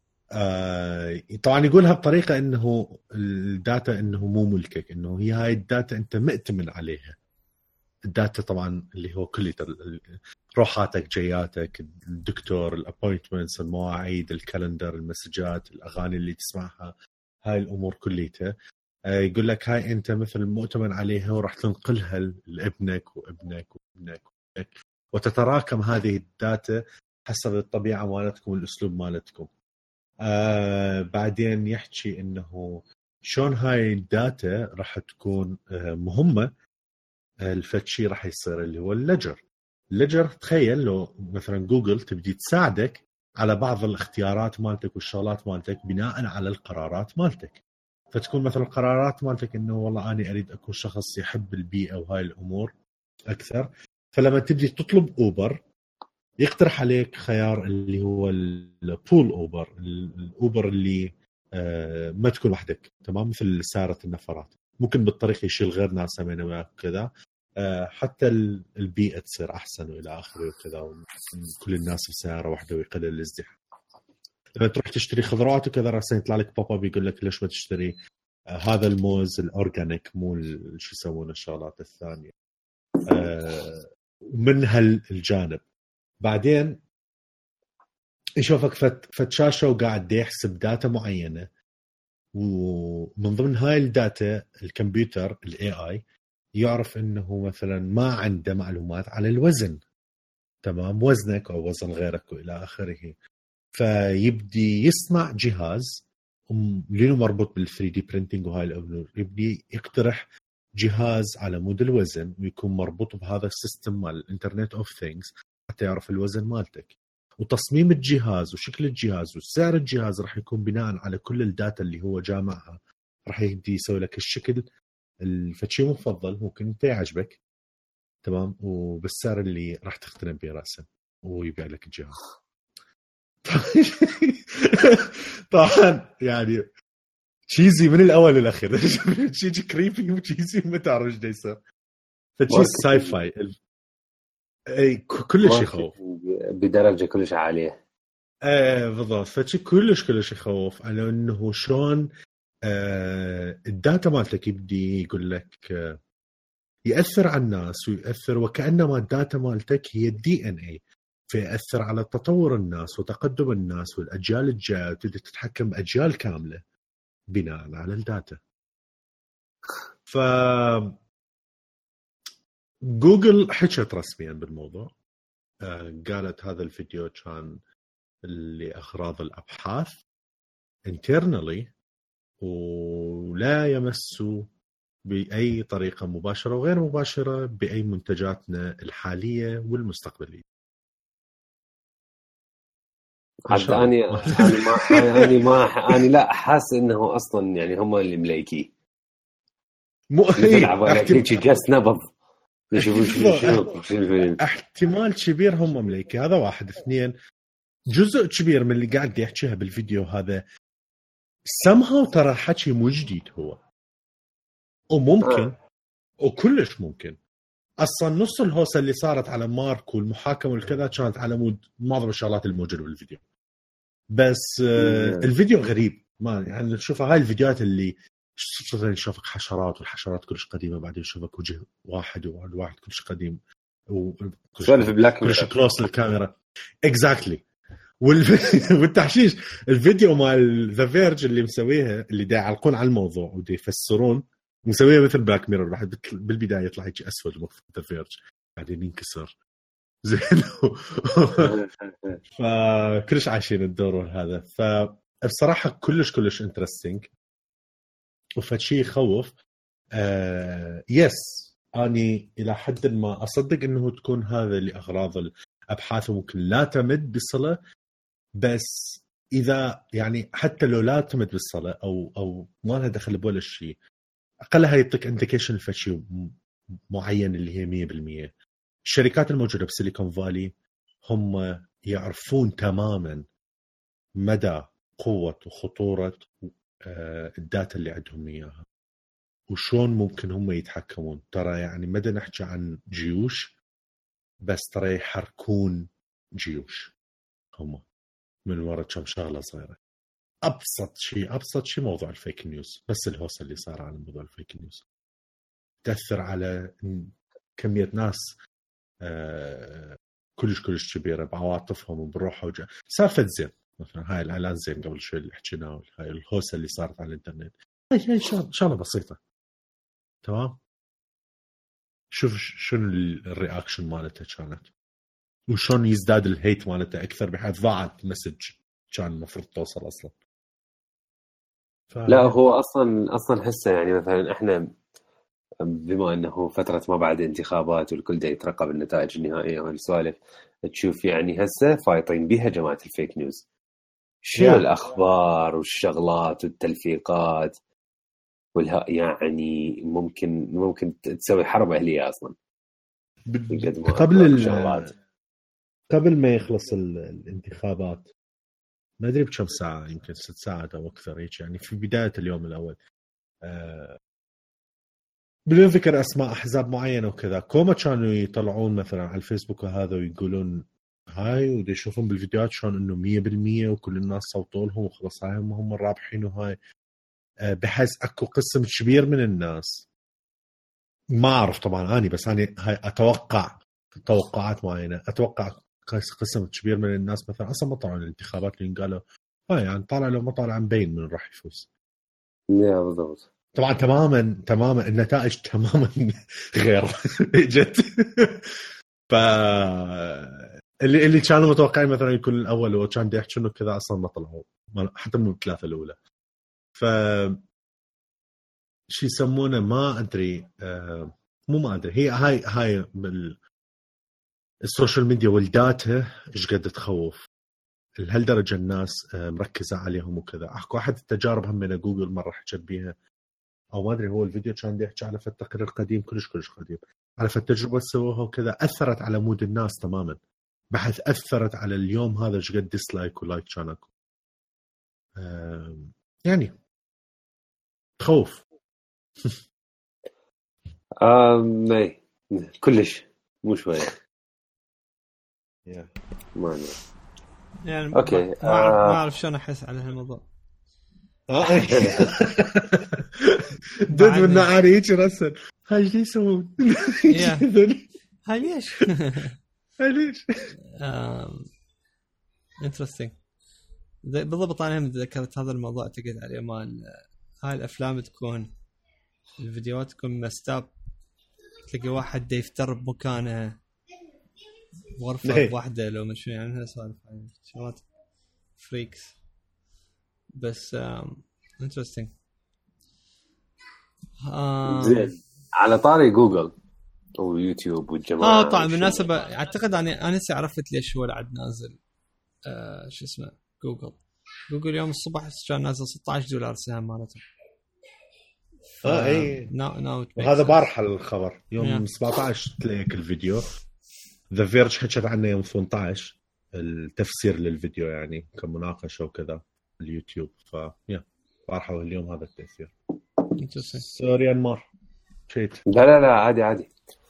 آه طبعا يقولها بطريقه انه الداتا انه مو ملكك، انه هي هاي الداتا انت مؤتمن عليها. الداتا طبعا اللي هو كل روحاتك جياتك الدكتور الابوينتمنتس المواعيد الكالندر المسجات الاغاني اللي تسمعها هاي الامور كليتها. آه يقول لك هاي انت مثل مؤتمن عليها وراح تنقلها لابنك وابنك وابنك وابنك وتتراكم هذه الداتا حسب الطبيعه مالتكم والاسلوب مالتكم. آه بعدين يحكي انه شلون هاي الداتا راح تكون آه مهمه. الفتشي راح يصير اللي هو الليجر. الليجر تخيل لو مثلا جوجل تبدي تساعدك على بعض الاختيارات مالتك والشغلات مالتك بناء على القرارات مالتك. فتكون مثلا القرارات مالتك انه والله انا اريد اكون شخص يحب البيئه وهاي الامور اكثر، فلما تبدي تطلب اوبر يقترح عليك خيار اللي هو البول اوبر، الاوبر اللي آه ما تكون وحدك. تمام مثل سيارة النفرات ممكن بالطريق يشيل غير ناس من وياك كذا. آه حتى البيئة تصير أحسن وإلى آخره وكذا، وكل الناس بسيارة واحدة ويقلل الازدحام. لما تروح تشتري خضروات وكذا راسا يطلع لك بابا بيقول لك ليش ما تشتري آه هذا الموز الأورجانيك مو شو يسمونه الشغلات الثانية. آه من هالجانب بعدين يشوفك فت فتشاشة وقاعد يحسب داتا معينة، ومن ضمن هاي الداتا الكمبيوتر الاي اي يعرف انه مثلا ما عنده معلومات على الوزن. تمام وزنك او وزن غيرك والى اخره. فيبدي يصنع جهاز لانه مربوط بال ثري دي printing وهاي الامور، يبدي يقترح جهاز على مود الوزن ويكون مربوط بهذا السيستم مال الانترنت اوف ثينجز حتى يعرف الوزن مالتك. وتصميم الجهاز وشكل الجهاز وسعر الجهاز راح يكون بناء على كل الداتا اللي هو جامعها. راح يبدي يسوي لك الشكل الفتشي مفضل ممكن انت يعجبك تمام وبالسعر اللي راح تقتنع به راسا ويبيع لك الجهاز. طبعا يعني تشيزي من الاول للاخير. شيء كريبي وتشيزي ما تعرف ايش يصير. فتشي ساي فاي اي كل شيء خوف بدرجه كلش عاليه. ايه بالضبط. فتشي كلش كلش يخوف على انه شلون آه الداتا مالتك يبدي يقول لك آه يأثر على الناس ويأثر وكأنما الداتا مالتك هي الدي ان اي فيأثر على تطور الناس وتقدم الناس والأجيال الجاية وتبدأ تتحكم بأجيال كاملة بناء على الداتا. ف جوجل حكت رسميا بالموضوع آه قالت هذا الفيديو كان لأغراض الأبحاث internally ولا يمس بأي طريقة مباشرة وغير مباشرة بأي منتجاتنا الحالية والمستقبلية. حتى أني أنا ما أنا ما أنا لا حاس إنه أصلاً يعني هم اللي ملاكي مو هي احتمال جس نبض نشوف شو احتمال كبير هم ملاكي. هذا واحد. اثنين جزء كبير من اللي قاعد يحكيها بالفيديو هذا somehow ترى حكي مو جديد هو وممكن آه. وكلش ممكن اصلا نص الهوسه اللي صارت على مارك والمحاكمه والكذا كانت على مود معظم الشغلات الموجوده بالفيديو. بس آه الفيديو غريب ما يعني نشوف هاي الفيديوهات اللي نشوفك حشرات والحشرات كلش قديمه بعدين نشوفك وجه واحد وواحد واحد كلش قديم وسولف بلاك كلش كلوس للكاميرا اكزاكتلي والتحشيش. الفيديو مال ذا فيرج اللي مسويها اللي دا يعلقون على الموضوع ودي يفسرون مسويها مثل باك ميرور راح بالبدايه يطلع هيك اسود وقت ذا فيرج بعدين ينكسر زين. فكلش عايشين الدور هذا. فبصراحه كلش كلش انترستينج وفشي يخوف. آه يس اني الى حد ما اصدق انه تكون هذا لاغراض الابحاث وممكن لا تمد بصله. بس اذا يعني حتى لو لا تمد بالصله او او ما لها دخل بولا شيء اقلها يعطيك انديكيشن لفشي معين اللي هي مية بالمية. الشركات الموجوده بسيليكون فالي هم يعرفون تماما مدى قوه وخطوره الداتا اللي عندهم اياها وشون ممكن هم يتحكمون. ترى يعني مدى نحكي عن جيوش بس ترى يحركون جيوش هم من وراء كم شغله صغيره. ابسط شيء ابسط شيء موضوع الفيك نيوز. بس الهوس اللي صار على موضوع الفيك نيوز تاثر على كميه ناس آه كلش كلش كبيره بعواطفهم وبروحها وجا سالفه زين مثلا هاي الاعلان زين قبل شوي اللي حكيناه هاي الهوس اللي صارت على الانترنت هاي هاي شغله بسيطه تمام. شوف شنو الرياكشن مالته كانت وشون يزداد الهيت مالته اكثر بحيث ضاعت مسج كان المفروض توصل اصلا. ف... لا هو اصلا اصلا هسه يعني مثلا احنا بما انه فتره ما بعد انتخابات والكل دا يترقب النتائج النهائيه وهالسوالف تشوف يعني هسه فايطين بها جماعه الفيك نيوز شو يعني. الاخبار والشغلات والتلفيقات والها يعني ممكن ممكن تسوي حرب اهليه اصلا قبل الشغلات قبل ما يخلص الانتخابات ما ادري بكم ساعه يمكن ست ساعات او اكثر هيك يعني في بدايه اليوم الاول أه بدون ذكر اسماء احزاب معينه وكذا كوما كانوا يطلعون مثلا على الفيسبوك وهذا ويقولون هاي ودي يشوفون بالفيديوهات شلون انه مية بالمية وكل الناس صوتوا لهم وخلص هاي هم هم الرابحين وهاي أه بحيث اكو قسم كبير من الناس ما اعرف طبعا اني بس انا هاي اتوقع توقعات معينه اتوقع قسم كبير من الناس مثلا اصلا ما طلعوا الانتخابات اللي قالوا ها يعني طالع لو ما طالع مبين من راح يفوز. يا بالضبط طبعا تماما تماما النتائج تماما غير جت. ف اللي اللي كانوا متوقعين مثلا يكون الاول وكان دي يحكوا انه كذا اصلا ما طلعوا حتى من الثلاثه الاولى. ف شو يسمونه ما ادري آه مو ما ادري هي هاي هاي بال السوشيال ميديا والداتا ايش قد تخوف لهالدرجه الناس مركزه عليهم وكذا. احكي واحد التجارب هم من جوجل مره حكت بيها او ما ادري هو الفيديو كان يحكي على فت تقرير قديم كلش كلش قديم على فت تجربه سووها وكذا اثرت على مود الناس تماما بحيث اثرت على اليوم هذا ايش قد ديسلايك ولايك كان اكو يعني تخوف. امم كلش مو شويه ما يعني اوكي ما ما اعرف شلون احس على هالموضوع. دد من نعاري هيك رسل هاي ليش يسوون هاي ليش هاي ليش انترستينج بالضبط. انا هم ذكرت هذا الموضوع تقعد عليه مال هاي الافلام تكون الفيديوهات تكون مستاب تلاقي واحد دا يفتر بمكانه غرفه واحده لو مش يعني سوالف شغلات فريكس بس انترستينج. زين على طاري جوجل ويوتيوب والجماعه اه طبعا بالمناسبه اعتقد اني انا هسه عرفت ليش هو العد نازل آه شو اسمه جوجل جوجل يوم الصبح كان نازل ستة عشر دولار سهم مالته. اه اي ناو ناو هذا بارح الخبر يوم yeah. سبعة عشر تلاقيك الفيديو ذا فيرج حكت عنه يوم ثمانية عشر التفسير للفيديو يعني كمناقشه وكذا اليوتيوب ف يا بارح واليوم هذا التأثير. سوري انمار شيت لا لا لا عادي عادي.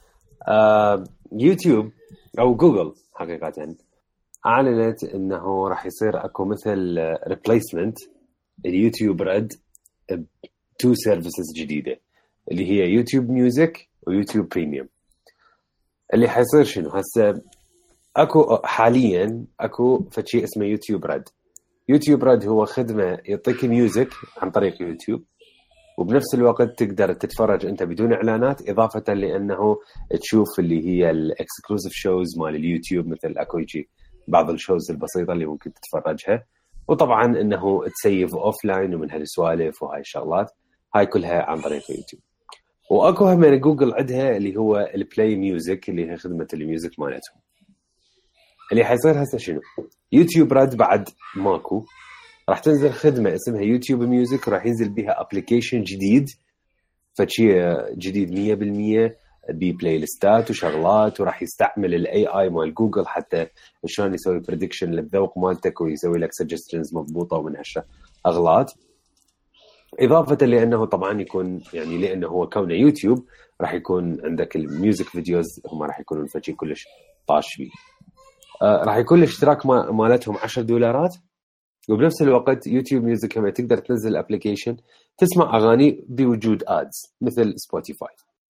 آه يوتيوب او جوجل حقيقه يعني اعلنت انه راح يصير اكو مثل ريبليسمنت اليوتيوب ريد تو سيرفيسز جديده اللي هي يوتيوب ميوزك ويوتيوب بريميوم. اللي حيصير شنو هسه اكو حاليا اكو فشي اسمه يوتيوب ريد. يوتيوب ريد هو خدمه يعطيك ميوزك عن طريق يوتيوب وبنفس الوقت تقدر تتفرج انت بدون اعلانات اضافه لانه تشوف اللي هي الاكسكلوسيف شوز مال اليوتيوب مثل اكو يجي بعض الشوز البسيطه اللي ممكن تتفرجها وطبعا انه تسيف اوف لاين ومن هالسوالف وهاي الشغلات هاي كلها عن طريق يوتيوب. واكو هم من جوجل عندها اللي هو البلاي ميوزك اللي هي خدمه الميوزك مالتهم. اللي حيصير هسه شنو يوتيوب راد بعد ماكو راح تنزل خدمه اسمها يوتيوب ميوزك وراح ينزل بها ابلكيشن جديد فشي جديد مية بالمية ببلاي ليستات وشغلات وراح يستعمل الاي اي مال جوجل حتى شلون يسوي بريدكشن للذوق مالتك ويسوي لك سجستشنز مضبوطه ومن هالشغلات اغلاط. اضافه لانه طبعا يكون يعني لانه هو كونه يوتيوب راح يكون عندك الميوزك فيديوز هم راح يكونون فشي كلش طاش بيه. آه راح يكون الاشتراك مالتهم عشرة دولارات وبنفس الوقت يوتيوب ميوزك هم تقدر تنزل ابلكيشن تسمع اغاني بوجود ادز مثل سبوتيفاي.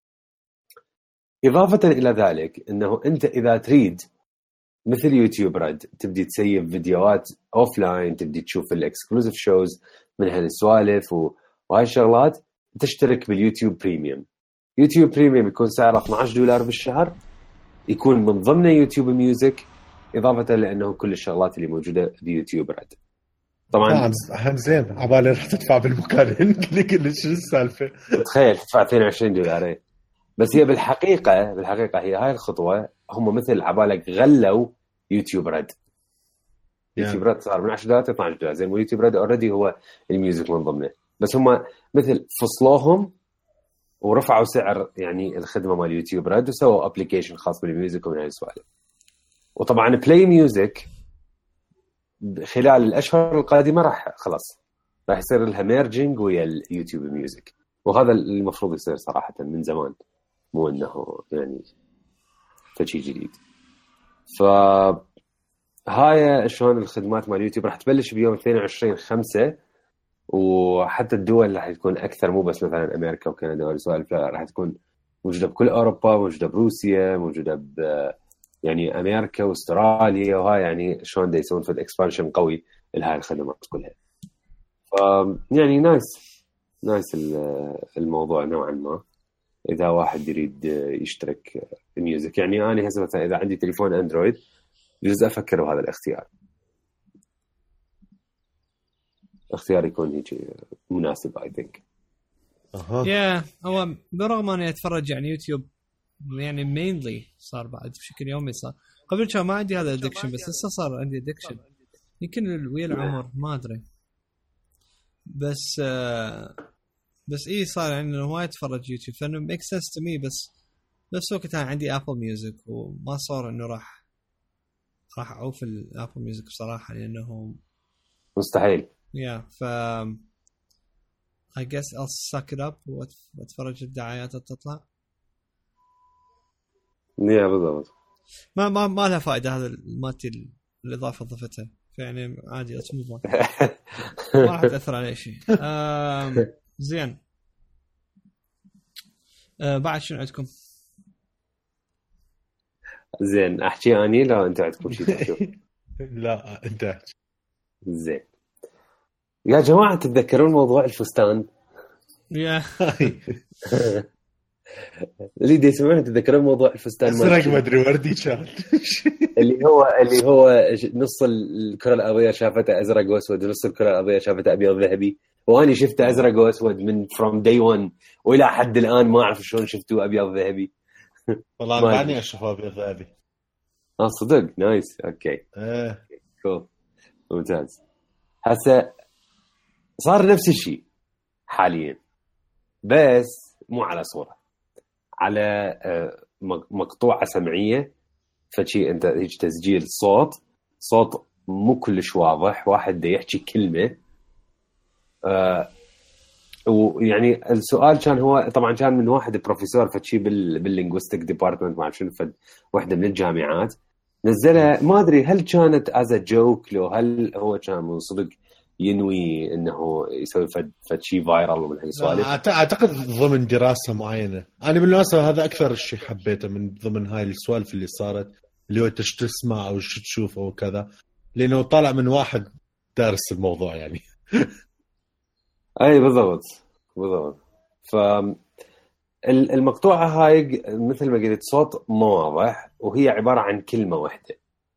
اضافه الى ذلك انه انت اذا تريد مثل يوتيوب ريد تبدي تسيب فيديوهات اوف لاين تبدي تشوف الاكسكلوسيف شوز من هالسوالف وهاي الشغلات تشترك باليوتيوب بريميوم. يوتيوب بريميوم يكون سعره اثنا عشر دولار بالشهر يكون من ضمنه يوتيوب ميوزك اضافه لانه كل الشغلات اللي موجوده بيوتيوب ريد. طبعا هم زين عبالي راح تدفع بالمكان كل شو السالفه تخيل تدفع اثنين وعشرين دولار بس هي بالحقيقه بالحقيقه هي هاي الخطوه هم مثل عبالك غلوا يوتيوب ريد. يوتيوب ريد صار من عشرة دولار اثنا عشر دولار زين ويوتيوب ريد اوريدي هو الميوزك من ضمنه بس هم مثل فصلوهم ورفعوا سعر يعني الخدمه مال يوتيوب ريد وسووا ابلكيشن خاص بالميوزك ومن هاي السوالف. وطبعا بلاي ميوزك خلال الاشهر القادمه راح خلاص راح يصير لها ميرجينج ويا اليوتيوب ميوزك وهذا المفروض يصير صراحه من زمان مو انه يعني شيء جديد. ف هاي شلون الخدمات مال يوتيوب راح تبلش بيوم اثنين وعشرين خمسة وحتى الدول راح تكون اكثر مو بس مثلا امريكا وكندا والسوالف راح تكون موجوده بكل اوروبا موجوده بروسيا موجوده ب يعني امريكا واستراليا وهاي يعني شلون دا يسوون في الاكسبانشن قوي لهاي الخدمات كلها. ف يعني نايس نايس الموضوع نوعا ما اذا واحد يريد يشترك ميوزك. يعني انا هسه مثلا اذا عندي تليفون اندرويد جزء افكر بهذا الاختيار اختيار يكون هيك مناسب اي ثينك. اها يا هو برغم اني اتفرج يعني يوتيوب يعني مينلي صار بعد بشكل يومي صار قبل كان ما عندي هذا الادكشن بس لسه صار عندي ادكشن يمكن ويا العمر ما ادري بس آه بس ايه صار يعني هواي اتفرج يوتيوب فانه ميك سنس تو مي. بس نفس الوقت انا عندي ابل ميوزك وما صار انه راح راح اعوف الابل ميوزك بصراحه لانه مستحيل. يا ف I guess I'll suck it up واتفرج الدعايات اللي تطلع. يا بالضبط. ما ما ما لها فائده هذا المالتي الاضافه ضفتها يعني عادي اسمه ما راح تاثر على شيء. زين أه بعد شنو عندكم؟ زين احكي اني لا انت عندكم شيء تحكي؟ لا انت احكي. زين يا جماعه تتذكرون موضوع الفستان؟ يا اللي دي يسمعون تتذكرون موضوع الفستان ازرق ما ادري وردي كان اللي هو اللي هو نص الكره الارضيه شافته ازرق واسود ونص الكره الارضيه شافته ابيض ذهبي واني شفته ازرق واسود من from day one والى حد الان ما اعرف شلون شفتوه ابيض ذهبي. والله انا بعدني اشوفه ابيض ذهبي. اه صدق نايس اوكي ايه كول ممتاز. هسه صار نفس الشيء حاليا بس مو على صورة على مقطوعة سمعية فشي انت هيك تسجيل صوت صوت مو كلش واضح واحد دا يحكي كلمة آه ويعني السؤال كان هو طبعا كان من واحد بروفيسور فشي باللينغويستيك ديبارتمنت مع شنو فد واحدة من الجامعات نزلها ما ادري هل كانت از جوك لو هل هو كان من صدق ينوي انه يسوي فد فد شيء فايرال من هالسوالف. اعتقد ضمن دراسه معينه. انا بالمناسبه هذا اكثر شيء حبيته من ضمن هاي السوالف اللي صارت اللي هو تش تسمع او شو تشوف او كذا لانه طالع من واحد دارس الموضوع يعني. اي بالضبط بالضبط. ف المقطوعه هاي مثل ما قلت صوت مو واضح وهي عباره عن كلمه واحده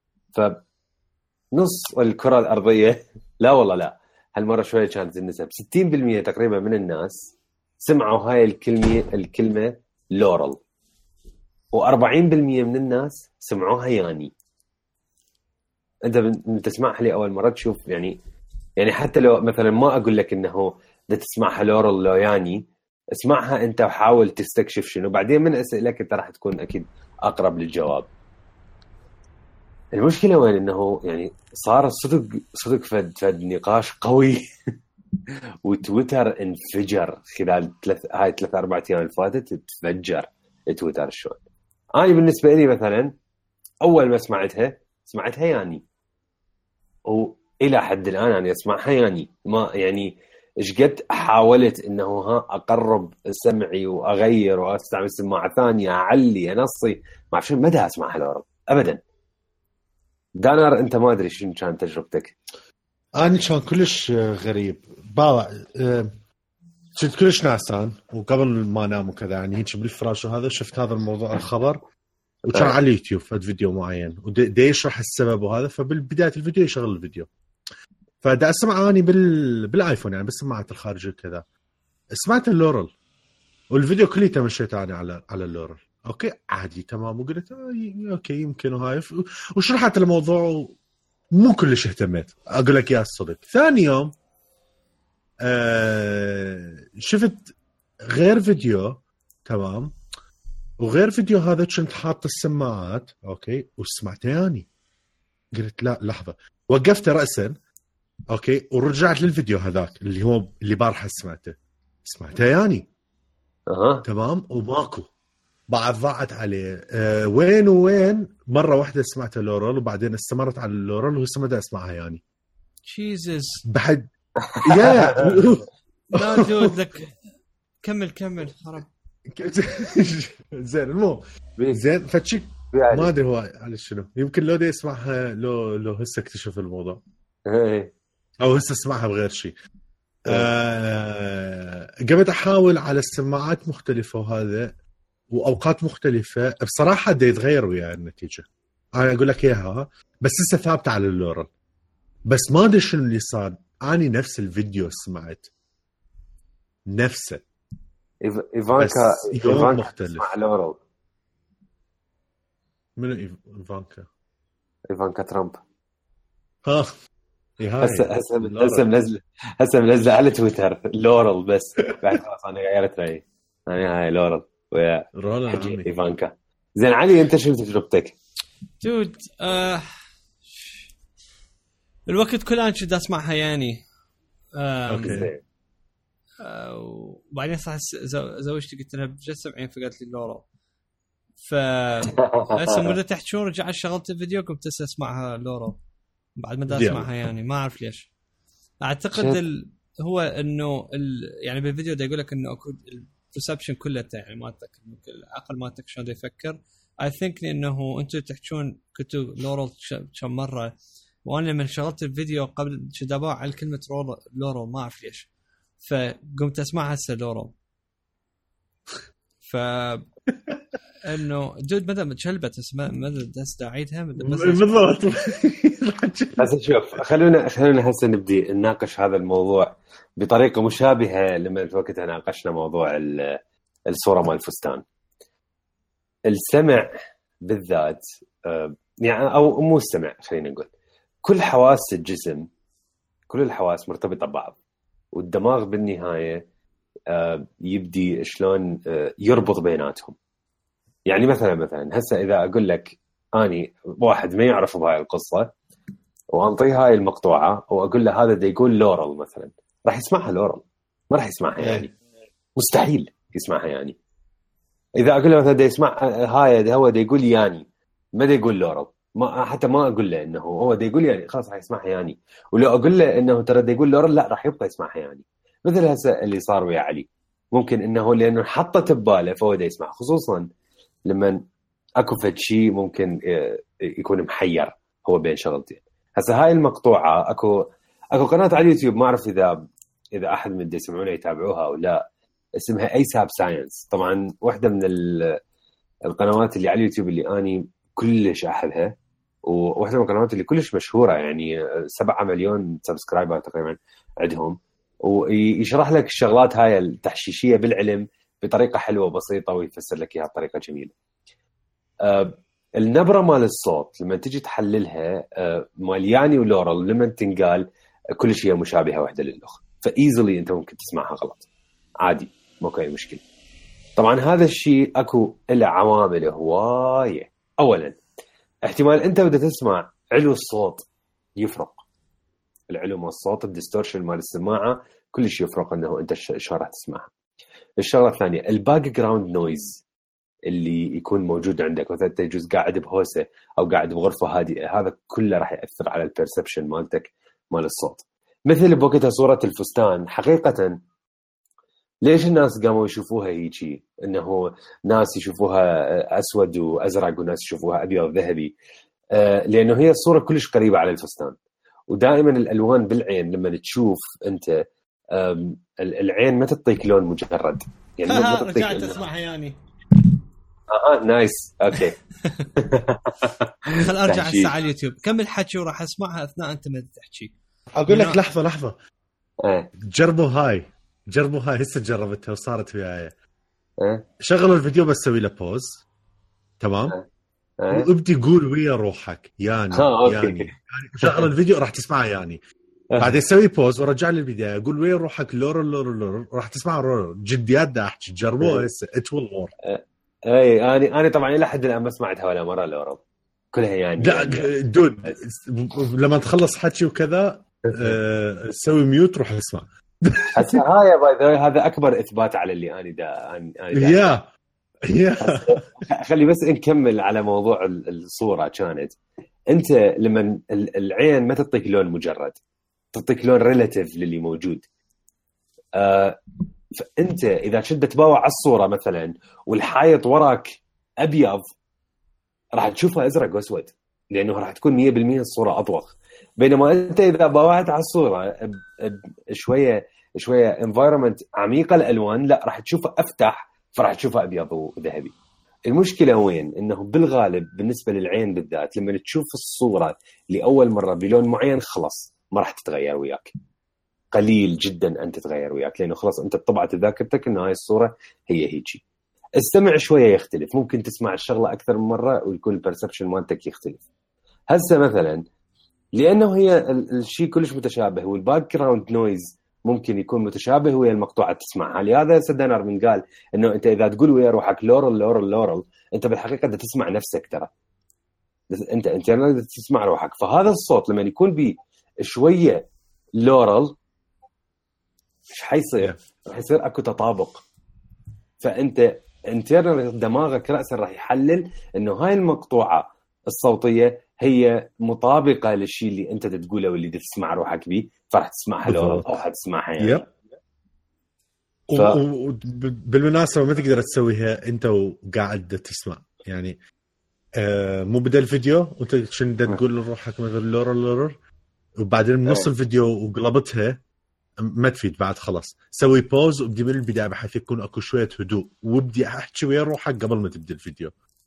فنص الكره الارضيه لا والله لا هالمره شويه كانت النسب ستين بالمية تقريبا من الناس سمعوا هاي الكلمه الكلمه لورال وأربعين بالمية من الناس سمعوها ياني. انت من تسمعها لي اول مره تشوف يعني يعني حتى لو مثلا ما اقول لك انه بدك تسمعها لورال لو ياني اسمعها انت وحاول تستكشف شنو بعدين من اسئلتك انت راح تكون اكيد اقرب للجواب. المشكله وين انه يعني صار صدق صدق فد فد نقاش قوي وتويتر انفجر خلال ثلاث هاي ثلاث اربع ايام اللي فاتت تفجر تويتر شلون. انا بالنسبه لي مثلا اول ما سمعتها سمعتها يعني والى حد الان انا اسمعها يعني ما يعني ايش قد حاولت انه ها اقرب سمعي واغير واستعمل سماعه ثانيه اعلي انصي ما اعرف شنو مدى اسمعها لورا ابدا. دانر انت ما ادري شنو كانت تجربتك؟ انا كان كلش غريب باوع كنت كلش نعسان وقبل ما انام وكذا يعني هيك بالفراش وهذا شفت هذا الموضوع الخبر وكان على اليوتيوب فد فيديو معين ودي يشرح السبب وهذا فبالبدايه الفيديو يشغل الفيديو فدا اسمع اني بال بالايفون يعني بالسماعات الخارجيه كذا سمعت اللورال والفيديو كليته مشيت انا على على اللورال اوكي عادي تمام وقلت اوكي يمكن وهاي وشرحت الموضوع مو كلش اهتميت اقول لك يا الصدق. ثاني يوم آه شفت غير فيديو تمام وغير فيديو هذا كنت حاط السماعات اوكي وسمعته يعني قلت لا لحظه وقفت راسا اوكي ورجعت للفيديو هذاك اللي هو اللي بارحه سمعته سمعته يعني اها تمام وماكو بعد ضاعت عليه أه وين وين مره واحده سمعت لورال وبعدين استمرت على اللورال وسمعت اسمعها يعني جيزس بحد يا لا دود لك كمل كمل خرب زين المهم زين فتشي ما ادري هو على شنو يمكن لو دي يسمعها لو لو هسه اكتشف الموضوع او هسه اسمعها بغير شيء. أه قمت احاول على السماعات مختلفه وهذا واوقات مختلفه بصراحه دا يتغير ويا النتيجه انا اقول لك اياها بس لسه ثابته على اللورال بس ما ادري شنو اللي صار اني نفس الفيديو سمعت نفسه ايفانكا ايفانكا مختلف مع لورال. منو ايفانكا؟ ايفانكا ترامب. ها هسه هسه هسه منزل هسه منزل على تويتر لورل بس بعد خلاص انا غيرت رايي انا هاي لورل ويا حجي ايفانكا. زين علي انت شو تجربتك؟ دود آه الوقت كله انا كنت اسمعها يعني اوكي آه وبعدين صح زوجتي قلت لها بجسم عين فقالت لي لورل ف هسه مدة تحكون رجعت شغلت الفيديو قمت اسمعها لورل بعد ما اسمعها يعني ما اعرف ليش. اعتقد ال... هو انه ال... يعني بالفيديو ده يقول لك انه اكو البرسبشن كله يعني مالتك العقل مالتك شلون يفكر. اي ثينك انه انتم تحكون كنتوا لورل كم مره وانا لما شغلت الفيديو قبل شدابا على كلمه لورل ما اعرف ليش فقمت اسمعها هسه لورل ف انه جد مدى متشلبت اسمها مدى دس داعيتها بالضبط. هسه شوف خلونا خلونا هسه نبدي نناقش هذا الموضوع بطريقه مشابهه لما وقتها ناقشنا موضوع الصوره مال الفستان. السمع بالذات يعني او مو السمع خلينا نقول كل حواس الجسم كل الحواس مرتبطه ببعض والدماغ بالنهايه يبدي شلون يربط بيناتهم. يعني مثلا مثلا هسه اذا اقول لك اني واحد ما يعرف بهاي القصه وانطيه هاي المقطوعه واقول له هذا دا يقول لورل مثلا راح يسمعها لورل ما راح يسمعها يعني مستحيل يسمعها يعني. اذا اقول له مثلا دا يسمع هاي هو دا يقول يعني ما دا يقول لورل ما حتى ما اقول له انه هو دا يقول يعني خلاص راح يسمعها يعني. ولو اقول له انه ترى دا يقول لورل لا راح يبقى يسمعها يعني. مثل هسه اللي صار ويا علي ممكن انه لانه حطت بباله فهو دا يسمع خصوصا لما اكو فد شيء ممكن يكون محير هو بين شغلتين. هسه هاي المقطوعه اكو اكو قناه على اليوتيوب ما اعرف اذا اذا احد من اللي يسمعونا يتابعوها او لا اسمها ايساب ساينس. طبعا واحده من القنوات اللي على اليوتيوب اللي اني كلش احبها وواحده من القنوات اللي كلش مشهوره يعني سبعة مليون سبسكرايبر تقريبا عندهم ويشرح لك الشغلات هاي التحشيشيه بالعلم بطريقه حلوه وبسيطه ويفسر لك اياها بطريقه جميله. أه النبره مال الصوت لما تجي تحللها أه مال ياني ولورل لما تنقال كل شيء مشابهه واحده للاخرى فايزلي انت ممكن تسمعها غلط عادي ماكو اي مشكله. طبعا هذا الشيء اكو له عوامل هوايه. اولا احتمال انت بدك تسمع علو الصوت يفرق العلو مال الصوت الديستورشن مال السماعه كل شيء يفرق انه انت شو راح تسمعها. الشغله الثانيه الباك جراوند نويز اللي يكون موجود عندك مثلا انت يجوز قاعد بهوسه او قاعد بغرفه هادئه هذا كله راح ياثر على البيرسبشن مالتك مال الصوت. مثل بوقتها صوره الفستان حقيقه ليش الناس قاموا يشوفوها هيجي انه ناس يشوفوها اسود وازرق وناس يشوفوها ابيض وذهبي آه لانه هي الصوره كلش قريبه على الفستان ودائما الالوان بالعين لما تشوف انت العين ما تعطيك لون مجرد يعني ما تعطيك رجعت تسمعها يعني اه نايس اوكي. خل ارجع هسه على اليوتيوب كمل حكي وراح اسمعها اثناء انت ما تحكي. اقول لك لحظه لحظه اه جربوا هاي جربوا هاي هسه جربتها وصارت وياي اه شغلوا الفيديو بس سوي له بوز تمام اه. اه. وابدي قول ويا روحك يعني آه، يعني يعني شغل الفيديو راح تسمعه يعني بعدين سوي بوز ورجع لي البدايه قول وين روحك لورل لورل لورل راح تسمع رورل جديات دا احكي جربوه هسه اتول لور اي انا انا طبعا الى حد الان ما سمعتها ولا مره لورل كلها يعني لا دود لما تخلص حكي وكذا أه سوي ميوت روح اسمع. هسه هاي باي هذا اكبر اثبات على اللي انا دا انا يا يا خلي بس نكمل على موضوع الصوره. كانت انت لما العين ما تعطيك لون مجرد تعطيك لون ريلاتيف للي موجود آه فانت اذا كنت بتباوع على الصوره مثلا والحائط وراك ابيض راح تشوفها ازرق واسود لانه راح تكون مية بالمية الصوره اطوخ. بينما انت اذا باوعت على الصوره شويه شويه انفايرمنت عميقه الالوان لا راح تشوفها افتح فراح تشوفها ابيض وذهبي. المشكله وين انه بالغالب بالنسبه للعين بالذات لما تشوف الصوره لاول مره بلون معين خلاص ما راح تتغير وياك قليل جدا ان تتغير وياك لانه خلاص انت طبعت ذاكرتك ان هاي الصوره هي هيجي. السمع شويه يختلف ممكن تسمع الشغله اكثر من مره ويكون البرسبشن مالتك يختلف. هسه مثلا لانه هي الشيء كلش متشابه، والباك جراوند نويز ممكن يكون متشابه ويا المقطوعه تسمعها. لهذا سدنر من قال انه انت اذا تقول ويا روحك لورل لورل لورل انت بالحقيقه بدك تسمع نفسك، ترى انت انت بدك تسمع روحك. فهذا الصوت لما يكون بيه شويه لورل ايش حيصير؟ راح يصير اكو تطابق. فانت انترنال دماغك راسا راح يحلل انه هاي المقطوعه الصوتيه هي مطابقه للشيء اللي انت تقوله واللي تسمع روحك بيه، فراح تسمعها لورل او حتسمعها يعني. يب. ف... بالمناسبه ما تقدر تسويها انت وقاعد تسمع يعني. آه مو بدل الفيديو وانت شنو بدك تقول لروحك مثلا لورل لورل وبعدين بنص الفيديو وقلبتها، ما تفيد بعد. خلاص سوي بوز وابدي من البدايه بحيث يكون اكو شويه هدوء، وابدي احكي ويا روحك قبل ما تبدا الفيديو.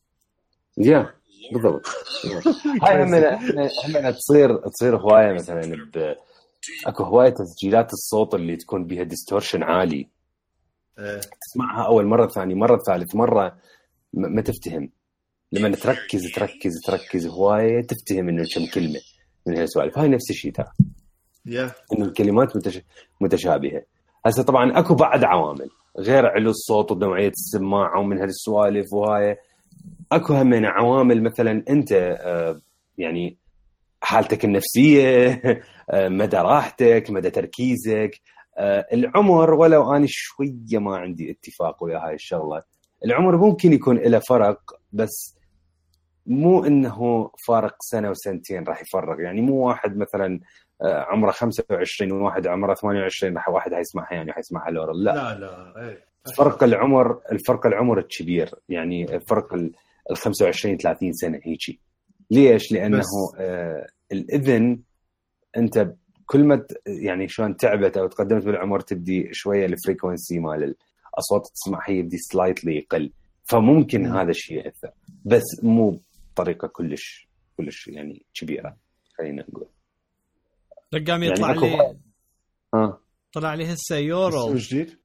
يا بالضبط. هاي هم هم تصير تصير هوايه مثلا ب... اكو هوايه تسجيلات الصوت اللي تكون بها ديستورشن عالي، أه. تسمعها اول مره ثاني مره ثالث مره ما تفتهم. لما تركز تركز تركز هوايه تفتهم انه كم كلمه من هالسوالف. هاي نفس الشيء ترى yeah. انه الكلمات متش... متشابهه. هسه طبعا اكو بعد عوامل غير علو الصوت ونوعيه السماعه ومن هالسوالف، وهاي اكو هم من عوامل مثلا انت آه يعني حالتك النفسيه، آه مدى راحتك، مدى تركيزك، آه العمر. ولو انا شويه ما عندي اتفاق ويا هاي الشغله، العمر ممكن يكون له فرق، بس مو انه فارق سنه وسنتين راح يفرق. يعني مو واحد مثلا عمره خمسة وعشرين وواحد عمره ثمانية وعشرين راح واحد هيسمعها يعني هيسمعها لورل. لا لا لا ايه. فرق العمر الفرق العمر الكبير يعني فرق ال خمسة وعشرين ثلاثين سنه هيجي. ليش؟ لانه آه الاذن انت كل ما يعني شلون تعبت او تقدمت بالعمر تبدي شويه الفريكونسي مال الاصوات تسمعها يبدي سلايتلي يقل، فممكن م. هذا الشيء ياثر، بس مو بطريقه كلش كلش يعني كبيره. خلينا نقول رقم يطلع يعني لي ها طلع لي هسه يورل جديد.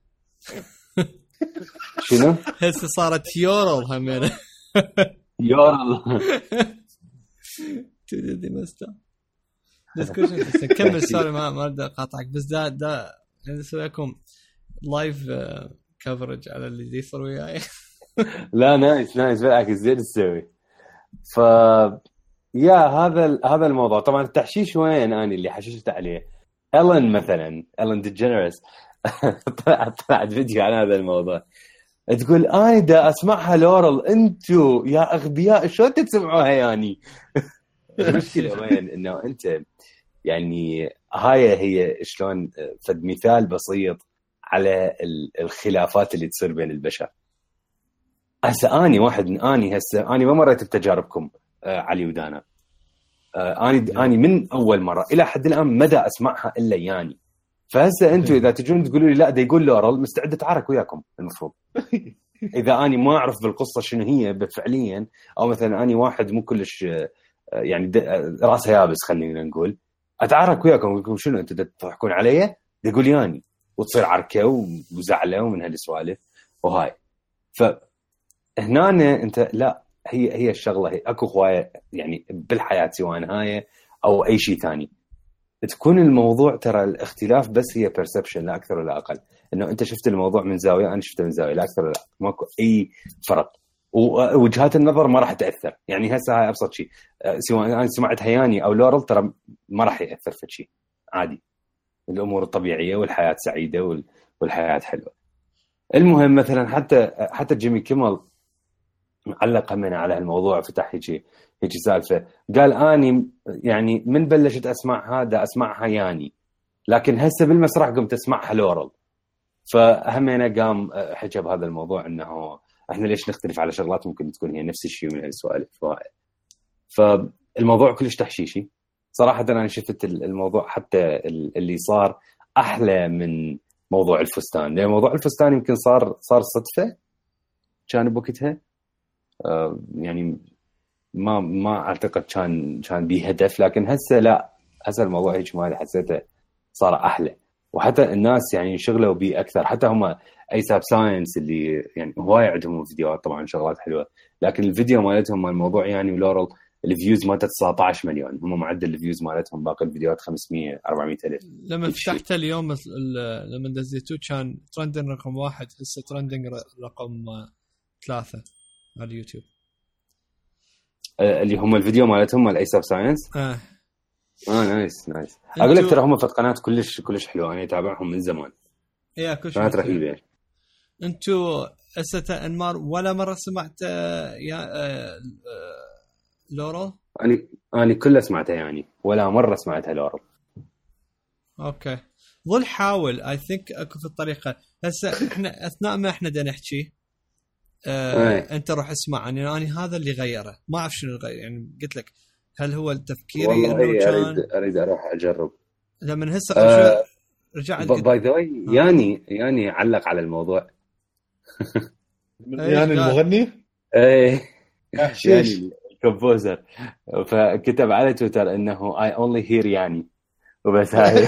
شنو هسه صارت يورل همين يورل تدي مستا ديسكشن. كمل سوري ما ما بدي اقاطعك، بس دا دا نسوي لكم لايف كفرج على اللي دي يصير وياي. لا نايس نايس بالعكس زين تسوي. ف يا هذا هذا الموضوع طبعا التحشيش وين اني اللي حششت عليه. إلين مثلا إلين ديجنيرس طلعت طلعت فيديو عن هذا الموضوع تقول انا دا اسمعها لورل، انتو يا اغبياء شلون تسمعوها يعني. المشكله وين انه انت يعني هاي هي شلون فد مثال بسيط على الخلافات اللي تصير بين البشر. هسه اني واحد من اني هسه اني ما مريت بتجاربكم آه علي ودانا. آه اني اني من اول مره الى حد الان مدى اسمعها الا يعني. فهسه انتم اذا تجون تقولوا لي لا ده يقول لورل مستعد اتعارك وياكم المفروض. اذا اني ما اعرف بالقصه شنو هي فعليا، او مثلا اني واحد مو كلش يعني راسه يابس خلينا نقول، اتعارك وياكم شنو انتم تضحكون علي يقول ياني، وتصير عركه وزعله ومن هالسوالف وهاي. فهنا انت لا هي هي الشغله هي اكو هوايه يعني بالحياه سواء هاي او اي شيء ثاني تكون الموضوع ترى الاختلاف بس هي perception لا اكثر ولا اقل. انه انت شفت الموضوع من زاويه انا شفته من زاويه لا اكثر ولا أقل. ماكو اي فرق، ووجهات النظر ما راح تاثر. يعني هسه هاي ابسط شيء، سواء انا سمعت هياني او لورل ترى ما راح ياثر في شيء عادي. الامور الطبيعيه والحياه سعيده والحياه حلوه. المهم مثلا حتى حتى جيمي كيمل علق همنا على هالموضوع، فتح هيجي هيجي سالفه قال اني يعني من بلشت اسمع هذا اسمعها ياني، لكن هسه بالمسرح قمت اسمعها لورل. فهمنا قام حكى بهذا الموضوع انه احنا ليش نختلف على شغلات ممكن تكون هي نفس الشيء من هالسوالف. فالموضوع كلش تحشيشي صراحه. انا شفت الموضوع حتى اللي صار احلى من موضوع الفستان، لان موضوع الفستان يمكن صار صار صدفه كان بوقتها، يعني ما ما اعتقد كان كان بيه هدف. لكن هسه لا، هسه الموضوع هيك ما حسيته صار احلى، وحتى الناس يعني شغلوا بيه اكثر. حتى هم اي ساب ساينس اللي يعني هواي عندهم فيديوهات طبعا شغلات حلوه، لكن الفيديو مالتهم مال الموضوع يعني ولورل الفيوز مالته تسعة عشر مليون، هم معدل الفيوز مالتهم، باقي الفيديوهات خمسمية أربعمية ألف. لما فتحت اليوم لما دزيتو كان ترندنج رقم واحد، هسه ترندنج رقم ثلاثة على اليوتيوب. اللي هم الفيديو مالتهم مال ايس اوف ساينس. اه اه نايس نايس. اقول لك ترى هم في قناه كلش كلش حلوه، انا اتابعهم من زمان. يا كلش قناه رهيبه. انتو استا انمار ولا مره سمعت يا لورل؟ انا انا كلها سمعتها يعني، ولا مره سمعتها لورل. اوكي ظل حاول اي ثينك اكو في الطريقه. هسه احنا اثناء ما احنا دا نحكي آه انت روح اسمع يعني, يعني هذا اللي غيره، ما اعرف شنو غير يعني. قلت لك هل هو التفكيري انه كان اريد اريد اروح اجرب لما هسه آه رجع باي ذا واي يعني يعني علق على الموضوع. يعني المغني ايه يعني الكومبوزر، فكتب على تويتر انه I only hear يعني وبس. هاي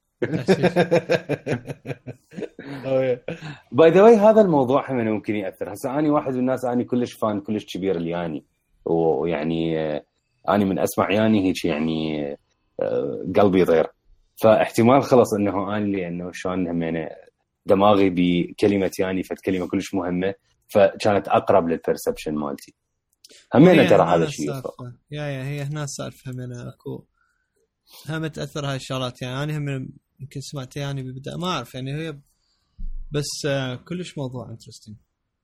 باي ذا واي هذا الموضوع هم ممكن ياثر. هسه اني واحد من الناس اني كلش فان كلش كبير اللي يعني، ويعني اني من اسمع يعني هيك يعني قلبي يطير. فاحتمال خلص انه اني لانه شلون هم يعني دماغي بكلمه يعني فت كلمه كلش مهمه، فكانت اقرب للبرسبشن مالتي. همين ترى هذا الشيء يا يا هي هنا سالفه من اكو هم تاثر هاي الشغلات يعني. انا هم يمكن سمعت يعني ببدا ما اعرف يعني هي بس uh, كلش موضوع انترستين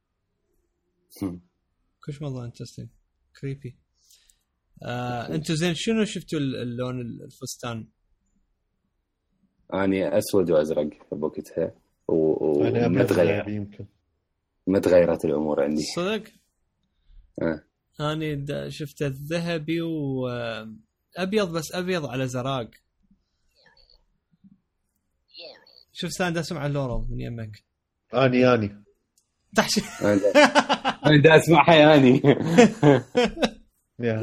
كلش موضوع انترستين كريبي. uh, انتوا زين شنو شفتوا اللون الفستان؟ اني اسود وازرق بوقتها وما تغير يمكن ما تغيرت الامور عندي صدق. أه. اني شفت الذهبي وابيض بس ابيض على زراق. شوف ساند اسمع اللورو من يمك. اني اني تحشي انا دا اسمعها يعني يا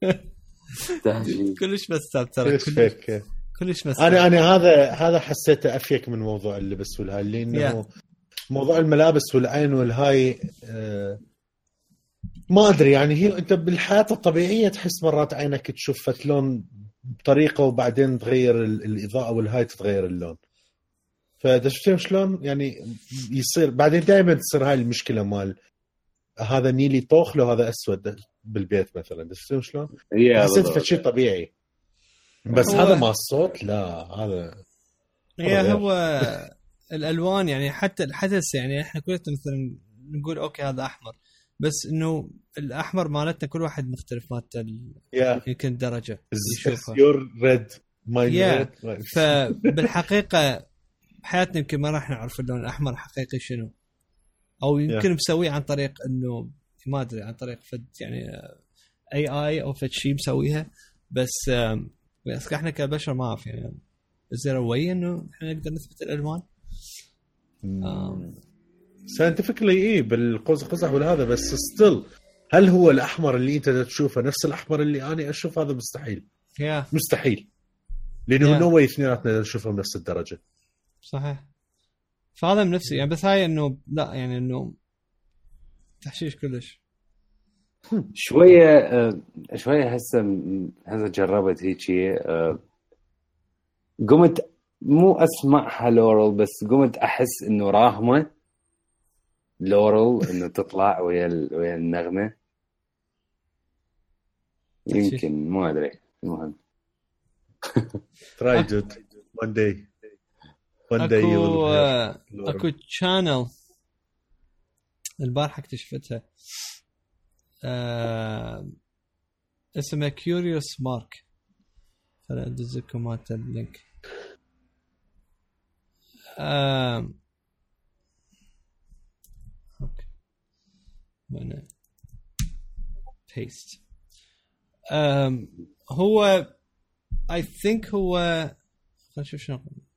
كلش بس ترى كلش كلش بس. انا انا هذا هذا حسيته افيك من موضوع اللبس والهاي، لانه موضوع الملابس والعين والهاي آه ما ادري يعني. هي انت بالحياه الطبيعيه تحس مرات عينك تشوف لون بطريقه وبعدين تغير الاضاءه والهاي تتغير اللون. فدشتم شلون يعني يصير بعدين دائما تصير هاي المشكله مال هذا نيلي طوخ له هذا اسود بالبيت مثلا. دشتم شلون حسيت في شيء طبيعي، بس هذا مع الصوت لا هذا هي هو الالوان يعني. حتى الحدث يعني احنا كلنا مثلا نقول اوكي هذا احمر، بس انه الاحمر مالتنا كل واحد مختلف مالته يمكن درجه يشوفها يور ريد ماي ريد. فبالحقيقه بحياتنا يمكن ما راح نعرف اللون الاحمر حقيقي شنو، او يمكن مسويه عن طريق انه ما ادري عن طريق فد يعني اي اي او فد شيء مسويها. بس بس احنا كبشر ما اعرف يعني زيروي انه احنا نقدر نثبت الالوان ساينتفكلي ايه بالقوس قزح ولا هذا. بس ستيل هل هو الاحمر اللي انت تشوفه نفس الاحمر اللي انا اشوف؟ هذا مستحيل yeah. مستحيل لانه نو واي اثنيناتنا نشوفهم بنفس الدرجه. صحيح. فهذا من نفسي يعني. بس هاي انه لا يعني انه تحشيش كلش شويه شويه. هسه هسه جربت هيك قمت مو اسمعها لورل، بس قمت احس انه راهمه لورل انه تطلع ويا ويا النغمه يمكن ما ادري. المهم try it one day one day you will have اكو channel البارحه اكتشفتها آه اسمه Curious Mark. خليني ادزكم مالت اللينك. آه اوكي وانا paste. آه هو I think هو خلينا نشوف شنو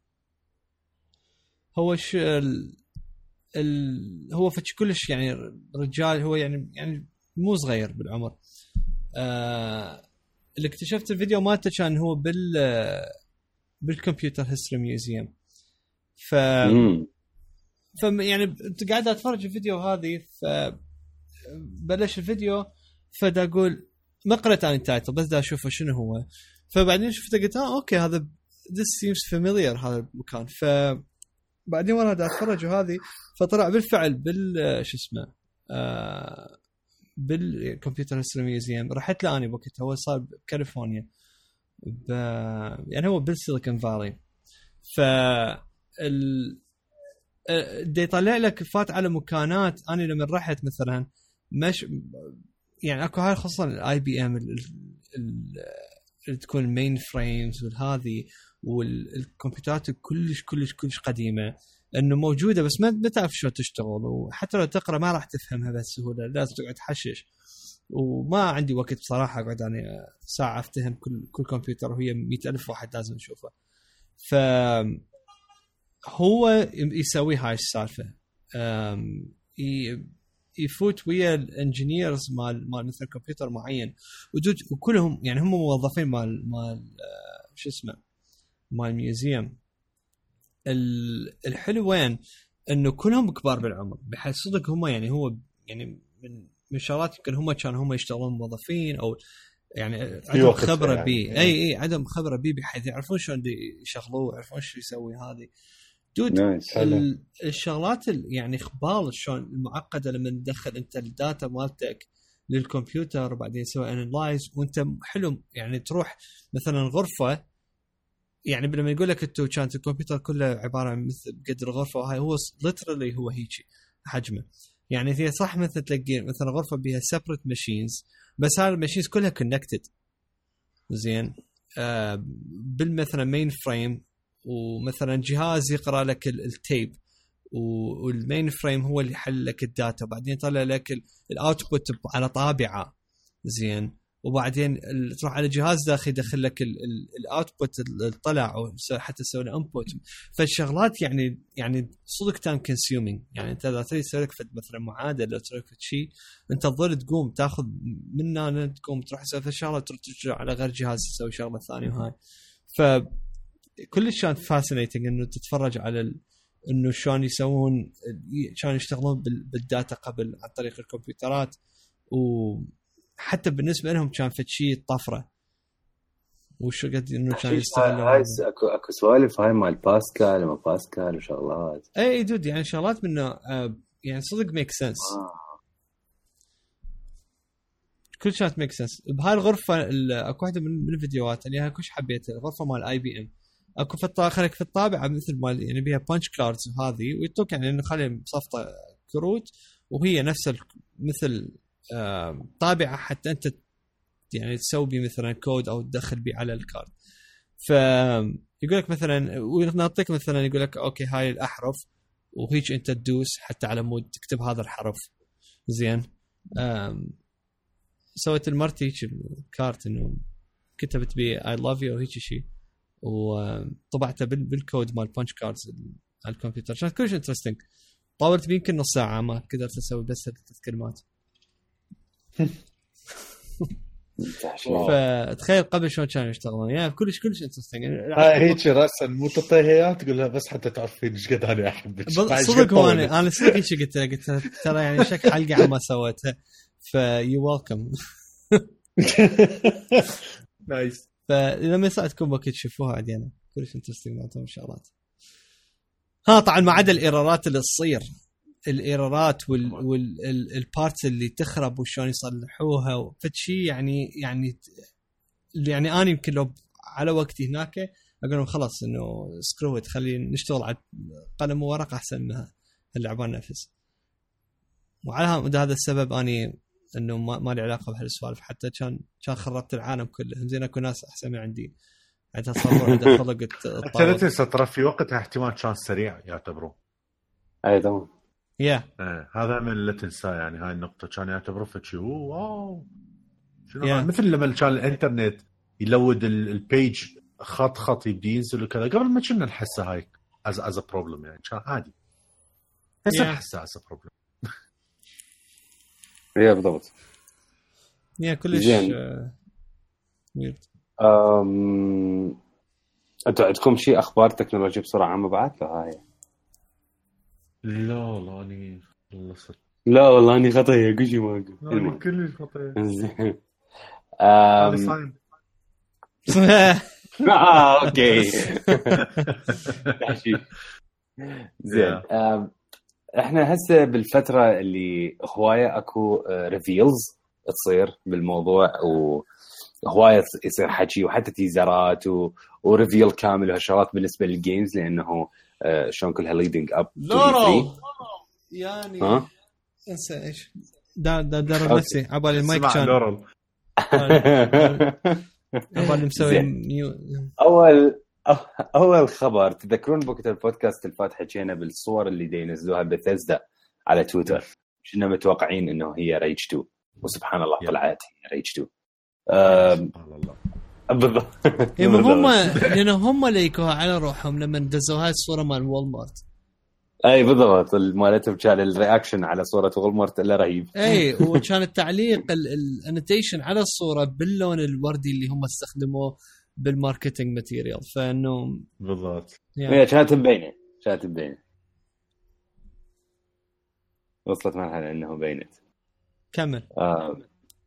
هو ش ال... ال... هو فتش كلش يعني رجال. هو يعني يعني مو صغير بالعمر. آه... اللي اكتشفت الفيديو مالته كان هو بال بالكمبيوتر هيستوري ميوزيوم. ف ف يعني انت قاعد اتفرج الفيديو هذه، ف بلش الفيديو فدا اقول ما قرأت عن التايتل بس دا اشوفه شنو هو. فبعدين شفته قلت اه اوكي هذا this seems familiar هذا المكان. فبعدين وانا دا اتفرج وهذه فطلع بالفعل بال شو اسمه آه بالكمبيوتر هيستوري ميوزيوم. رحت له اني وقتها هو صار بكاليفورنيا ب... يعني هو بالسيليكون فالي. ف ال دي يطلع لك فات على مكانات انا لما رحت مثلا مش يعني اكو هاي خصوصا الاي بي ام اللي تكون المين فريمز والهذه والكمبيوترات كلش كلش كلش قديمه انه موجوده بس ما ما تعرف شلون تشتغل وحتى لو تقرا ما راح تفهمها بسهوله لازم تقعد تحشش. وما عندي وقت بصراحه اقعد يعني ساعه افتهم كل كل كمبيوتر وهي مئة ألف واحد لازم نشوفه. ف هو يسوي هاي السالفه يفوت ويا الانجينيرز مال مال مثل كمبيوتر معين وكلهم يعني هم موظفين مال مال شو اسمه مال ميوزيوم. الحلو وين انه كلهم كبار بالعمر بحيث صدق هم يعني هو يعني من من شغلات يمكن هم كانوا هم يشتغلون موظفين او يعني عندهم خبره يعني بي يعني. اي اي عندهم خبره بي بحيث يعرفون شلون يشغلوه يعرفون شو يسوي هذه دود. الشغلات يعني اخبار شلون المعقده لما تدخل انت الداتا مالتك للكمبيوتر وبعدين يسوي انالايز وانت حلو يعني تروح مثلا غرفه يعني لما يقول لك انتو كانت الكمبيوتر كله عباره عن مثل قدر الغرفه وهاي هو ليترالي هو هيك حجمه يعني هي صح مثل تلاقي مثلا غرفه بها سيبريت ماشينز بس هاي الماشينز كلها كونكتد زين آه بالمثلا مين فريم ومثلا جهاز يقرا لك التيب والمين فريم هو اللي يحل لك الداتا وبعدين يطلع لك الاوتبوت على طابعه زين وبعدين تروح على جهاز داخلي يدخل لك الاوتبوت اللي طلع حتى تسوي له انبوت. فالشغلات يعني يعني صدق تايم كونسيومينج يعني انت اذا تريد تسوي لك مثلا معادله تسوي لك شيء انت تظل تقوم تاخذ منه تقوم تروح تسوي الشغله ترجع على غير جهاز تسوي شغله ثانيه وهاي. ف كلش كان فاسينيتنج انه تتفرج على ال... انه شلون يسوون شلون يشتغلون بالداتا قبل عن طريق الكمبيوترات وحتى بالنسبه لهم كان في شيء طفره وشو قد انه كان يستغلون هاي اكو اكو سوالف هاي مال باسكال وما باسكال وشغلات اي دود يعني شغلات منه يعني صدق ميك سنس كل شات ميك سنس. بهاي الغرفه اكو واحده من الفيديوهات اللي انا كلش حبيتها الغرفه مال اي بي ام اكو في الطاخرك في الطابعه مثل مال يعني بيها بانش كاردز وهذه ويتوك يعني انه خلي بصفطه كروت وهي نفس مثل آه طابعه حتى انت يعني تسوي بي مثلا كود او تدخل بي على الكارد. ف يقول لك مثلا ويعطيك مثلا يقول لك اوكي هاي الاحرف وهيك انت تدوس حتى على مود تكتب هذا الحرف زين. سويت المرتي الكارت انه كتبت بي اي لاف يو وهيك شيء وطبعته بالكود مال بانش كاردز على الكمبيوتر كان كلش انترستينج. طولت بي يمكن نص ساعه ما قدرت اسوي بس ثلاث كلمات. فتخيل قبل شلون كانوا يشتغلون يعني كلش كلش انترستينج. هاي هيك راسا مو تطيهيات تقول لها بس حتى تعرفين ايش قد انا احبك صدق. هو انا انا صدق ايش قلت لها قلت لها ترى يعني شك حلقه عما سويتها فيو ويلكم نايس. فلما يساعدكم وقت تشوفوها عادي انا كلش انترستينج مالتهم شغلات. ها طبعا ما عدا الايرورات اللي تصير الايرورات وال والبارتس اللي تخرب وشلون يصلحوها وفتشي يعني يعني يعني انا يمكن لو على وقتي هناك اقول لهم خلاص انه سكروت خلينا نشتغل على قلم وورقه احسن من اللعبه نفس. وعلى هذا السبب اني انه ما, ما لي علاقه بهالسوالف حتى كان كان خربت العالم كله. زين اكو ناس احسن من عندي عندها تصور عندها خلق الطاوله ترى في وقتها احتمال كان سريع يعتبروه. اي تمام يا yeah. آه هذا من اللي تنسى يعني هاي النقطه كان يعتبروه فشي واو شنو yeah. مثل لما كان الانترنت يلود البيج خط خط يبدي ينزل وكذا قبل ما كنا نحسها هاي از از بروبلم يعني كان عادي هسه yeah. نحسها از بروبلم. يا بالضبط يا كلش ويرد. امم انتوا عندكم شيء اخبار تكنولوجيا بسرعه عامه بعد هاي؟ لا والله اني خلصت. لا والله اني خطيه كل شيء ما اقول كلش خطيه. زين اه اوكي زين. احنا هسه بالفتره اللي هوايه اكو ريفيلز تصير بالموضوع وهوايه يصير حكي وحتى تيزرات و... وريفيل كامل وهالشغلات بالنسبه للجيمز لانه شلون كلها ليدنج اب يعني ها؟ انسى ايش دا دا درب نفسي عبالي المايك كان عبالي مسوي نيو. اول اول خبر تذكرون بوقت البودكاست الفاتح حكينا بالصور اللي دي ينزلوها بثيزدا على تويتر كنا متوقعين انه هي ريج تو وسبحان الله طلعت هي ريج تو. سبحان الله بالضبط. هم لانه هم ليكوها على روحهم لما دزوا هاي الصوره مال والمارت. اي بالضبط مالتهم كان الرياكشن على صوره والمارت اللي رهيب. اي وكان التعليق الانوتيشن على الصوره باللون الوردي اللي هم استخدموه بالماركتينج ماتيريال فانه بالضبط هي كانت مبينه كانت مبينه وصلت مرحله انه بينت. كمل. آه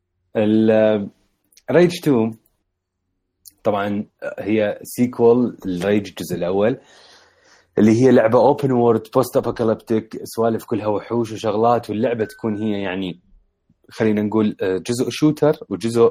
الريج تو طبعا هي سيكوال للريج الجزء الاول اللي هي لعبه اوبن وورد بوست ابوكاليبتيك سوالف كلها وحوش وشغلات واللعبه تكون هي يعني خلينا نقول جزء شوتر وجزء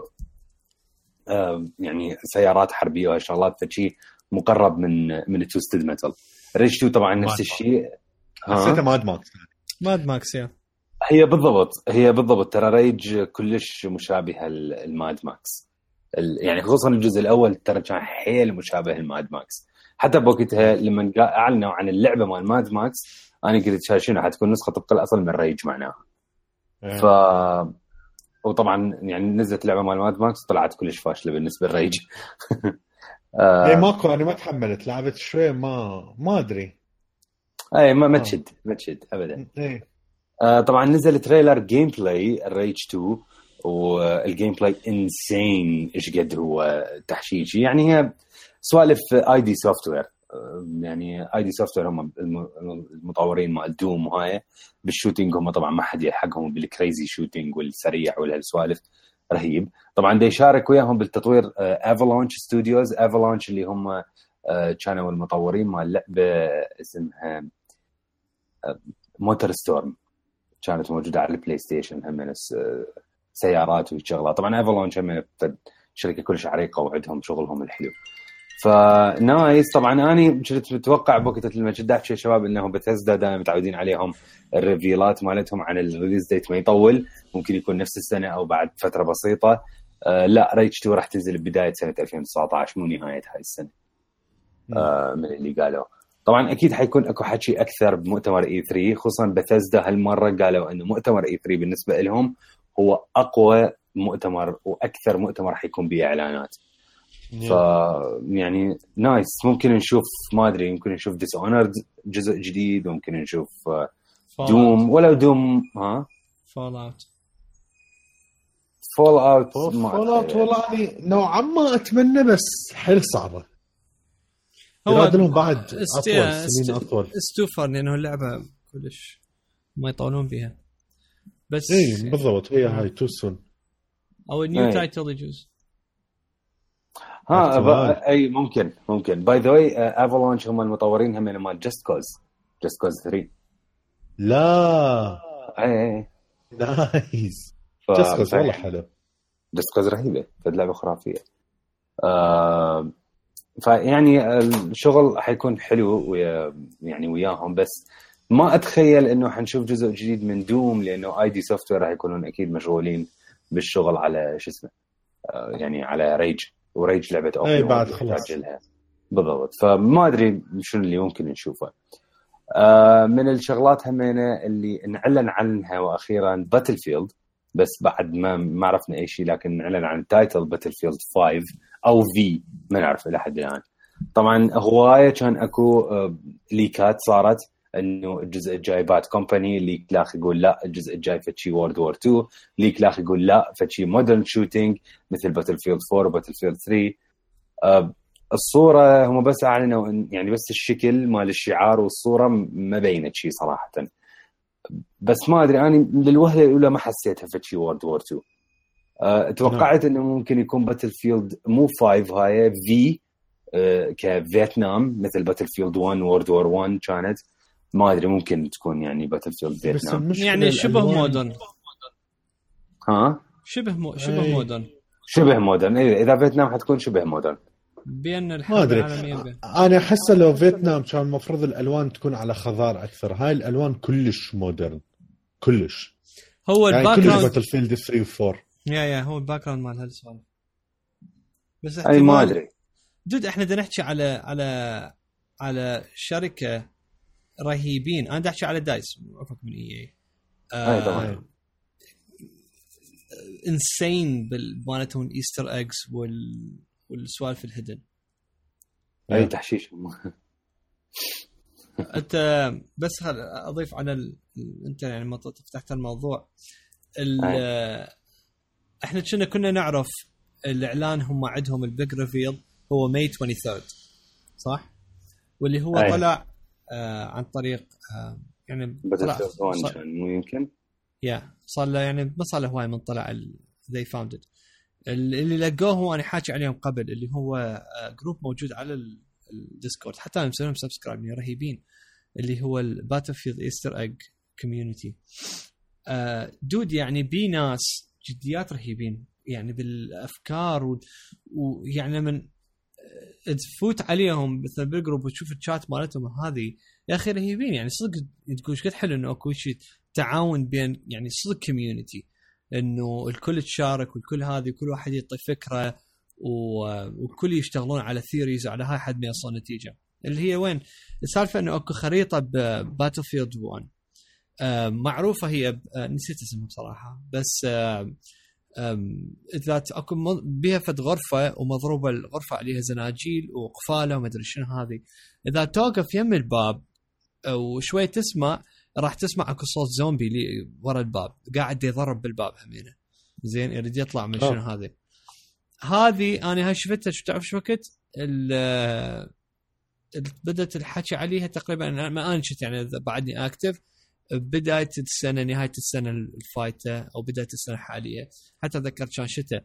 يعني سيارات حربيه وهالشغلات فشي مقرب من من توستد ميتال. ريج تو طبعا نفس الشيء حسيتها ماد ماكس ماد ماكس يا هي بالضبط هي بالضبط ترى ريج كلش مشابهه الماد ماكس يعني خصوصا الجزء الاول ترى كان حيل مشابه الماد ماكس حتى بوقتها لما اعلنوا عن اللعبه مال ماد ماكس انا قلت شنو حتكون نسخه طبق الاصل من ريج معناها. ف وطبعا يعني نزلت لعبه مال ماد ماكس طلعت كلش فاشله بالنسبه للريج. اي ماكو انا ما تحملت لعبه شوي ما ما ادري اي ما ما تشد ما تشد ابدا. آه طبعا نزل تريلر جيم بلاي الريج تو والجيم بلاي انسين ايش قد هو تحشيشي يعني هي سوالف اي دي سوفت وير يعني اي دي سوفت وير هم المطورين مال دوم وهاي بالشوتينج هم طبعا ما حد يلحقهم بالكريزي شوتينج والسريع والهالسوالف رهيب. طبعا دا يشارك وياهم بالتطوير افالانش ستوديوز افالانش اللي هم كانوا المطورين مال لعبه اسمها موتور ستورم كانت موجوده على البلاي ستيشن هم سيارات وشغلات. طبعا افالانش هم شركه كلش عريقه وعندهم شغلهم الحلو فنايس. طبعا انا كنت متوقع بوقت لما كنت احكي شباب انه بثيزدا دائما متعودين عليهم الريفيلات مالتهم عن الريليز ديت ما يطول ممكن يكون نفس السنه او بعد فتره بسيطه. آه لا ريج تو راح تنزل بدايه سنه ألفين وتسعة عشر مو نهايه هاي السنه آه من اللي قالوا. طبعا اكيد حيكون اكو حكي اكثر بمؤتمر اي ثري خصوصا بثيزدا هالمره قالوا انه مؤتمر اي ثري بالنسبه لهم هو اقوى مؤتمر واكثر مؤتمر حيكون به اعلانات. ف يعني نايس ممكن نشوف ما ادري يمكن نشوف ديس اونرد جزء جديد ممكن نشوف دوم ولا دوم ها فول اوت فول اوت فول اوت والله نوعا ما اتمنى بس حيل صعبه هو لهم بعد است... اطول سنين اطول استوفر لانه اللعبه كلش ما يطولون بها بس اي بالضبط هي هاي تو سون او نيو تايتل يجوز ها ب... اي ممكن ممكن باي ذا واي افالانش هم المطورين هم مال جاست كوز جاست كوز ثري لا اي اي نايس ف... جاست كوز والله حلو جاست كوز رهيبه لعبه خرافيه. آه... فيعني الشغل حيكون حلو ويا يعني وياهم بس ما اتخيل انه حنشوف جزء جديد من دوم لانه اي دي سوفت وير راح يكونون اكيد مشغولين بالشغل على شو اسمه آه... يعني على ريج وريج لعبة أوبن أي بعد خلاص بالضبط. فما أدري شنو اللي ممكن نشوفه. آه من الشغلات همينة اللي نعلن عنها وأخيرا باتلفيلد بس بعد ما ما عرفنا أي شيء لكن نعلن عن تايتل باتلفيلد فايف أو في ما نعرف إلى حد الآن. طبعا هواية كان أكو آه ليكات صارت إنه الجزء الجاي بات كومباني ليك لاخ يقول لا الجزء الجاي فتشي وورد وور تو ليك لاخ يقول لا فتشي مودرن شوتينج مثل باتلفيلد فور وباتلفيلد ثري. أه الصورة هم بس أعلنوا يعني بس الشكل مال الشعار والصورة ما بينت شيء صراحة بس ما أدري أنا للوهلة الأولى ما حسيتها فتشي وورد وور تو أه توقعت انه ممكن يكون باتل فيلد مو خمسة هاي في أه كفيتنام مثل باتل فيلد واحد وورد وور واحد كانت ما ادري ممكن تكون يعني باتل فيلد فيتنام يعني شبه مودرن ها شبه مو... شبه أي. مودرن شبه مودرن اذا فيتنام حتكون شبه مودرن بين الحرب العالميه. انا احس لو فيتنام كان المفروض الالوان تكون على خضار اكثر. هاي الالوان كلش مودرن كلش. هو يعني الباك جراوند باتل فيلد ثلاثة و4 يا يا هو الباك جراوند مال هالسؤال. بس اي ما ادري دود احنا بدنا نحكي على على على شركه رهيبين. انا بدي احكي على دايس عفوا من اي اي اي طبعا انسين بالمالتهم ايستر ايجز وال والسوالف الهدن اي تحشيش. انت بس اضيف على ال... انت يعني ما فتحت الموضوع ال... احنا كنا كنا نعرف الاعلان هم عندهم البيج ريفيل هو ماي ثلاثين صح واللي هو أي. طلع آه عن طريق آه يعني طلع صار... مو يمكن يا صار له يعني ما صار له هواي من طلع ال... they found it اللي لقوه هو انا حاكي عليهم قبل اللي هو جروب موجود على الديسكورد حتى انا مسويهم سبسكرايب رهيبين اللي هو الباتل فيلد ايستر ايج كوميونتي. دود يعني بي ناس جديات رهيبين يعني بالافكار ويعني من تفوت عليهم مثل بالجروب وتشوف الشات مالتهم هذه يا اخي رهيبين يعني صدق تقول قد حلو انه اكو شيء تعاون بين يعني صدق كوميونتي انه الكل تشارك والكل هذه كل واحد يعطي فكره والكل يشتغلون على ثيوريز على هاي حد ما يوصل نتيجه اللي هي وين السالفه انه اكو خريطه بباتل فيلد واحد آه معروفه هي آه نسيت اسمها بصراحه بس آه اذا اكو بها فد غرفه ومضروبه الغرفه عليها زناجيل وقفاله وما ادري شنو هذه اذا توقف يم الباب وشوي تسمع راح تسمع اكو صوت زومبي لي ورا الباب قاعد يضرب بالباب همينه زين يريد يطلع من شنو هذه هذه انا هاي شفتها شو تعرف شو وقت بدات الحكي عليها تقريبا ما انا شفت يعني بعدني اكتف بدايه السنه نهايه السنه الفايته او بدايه السنه الحاليه حتى اتذكر كان شتاء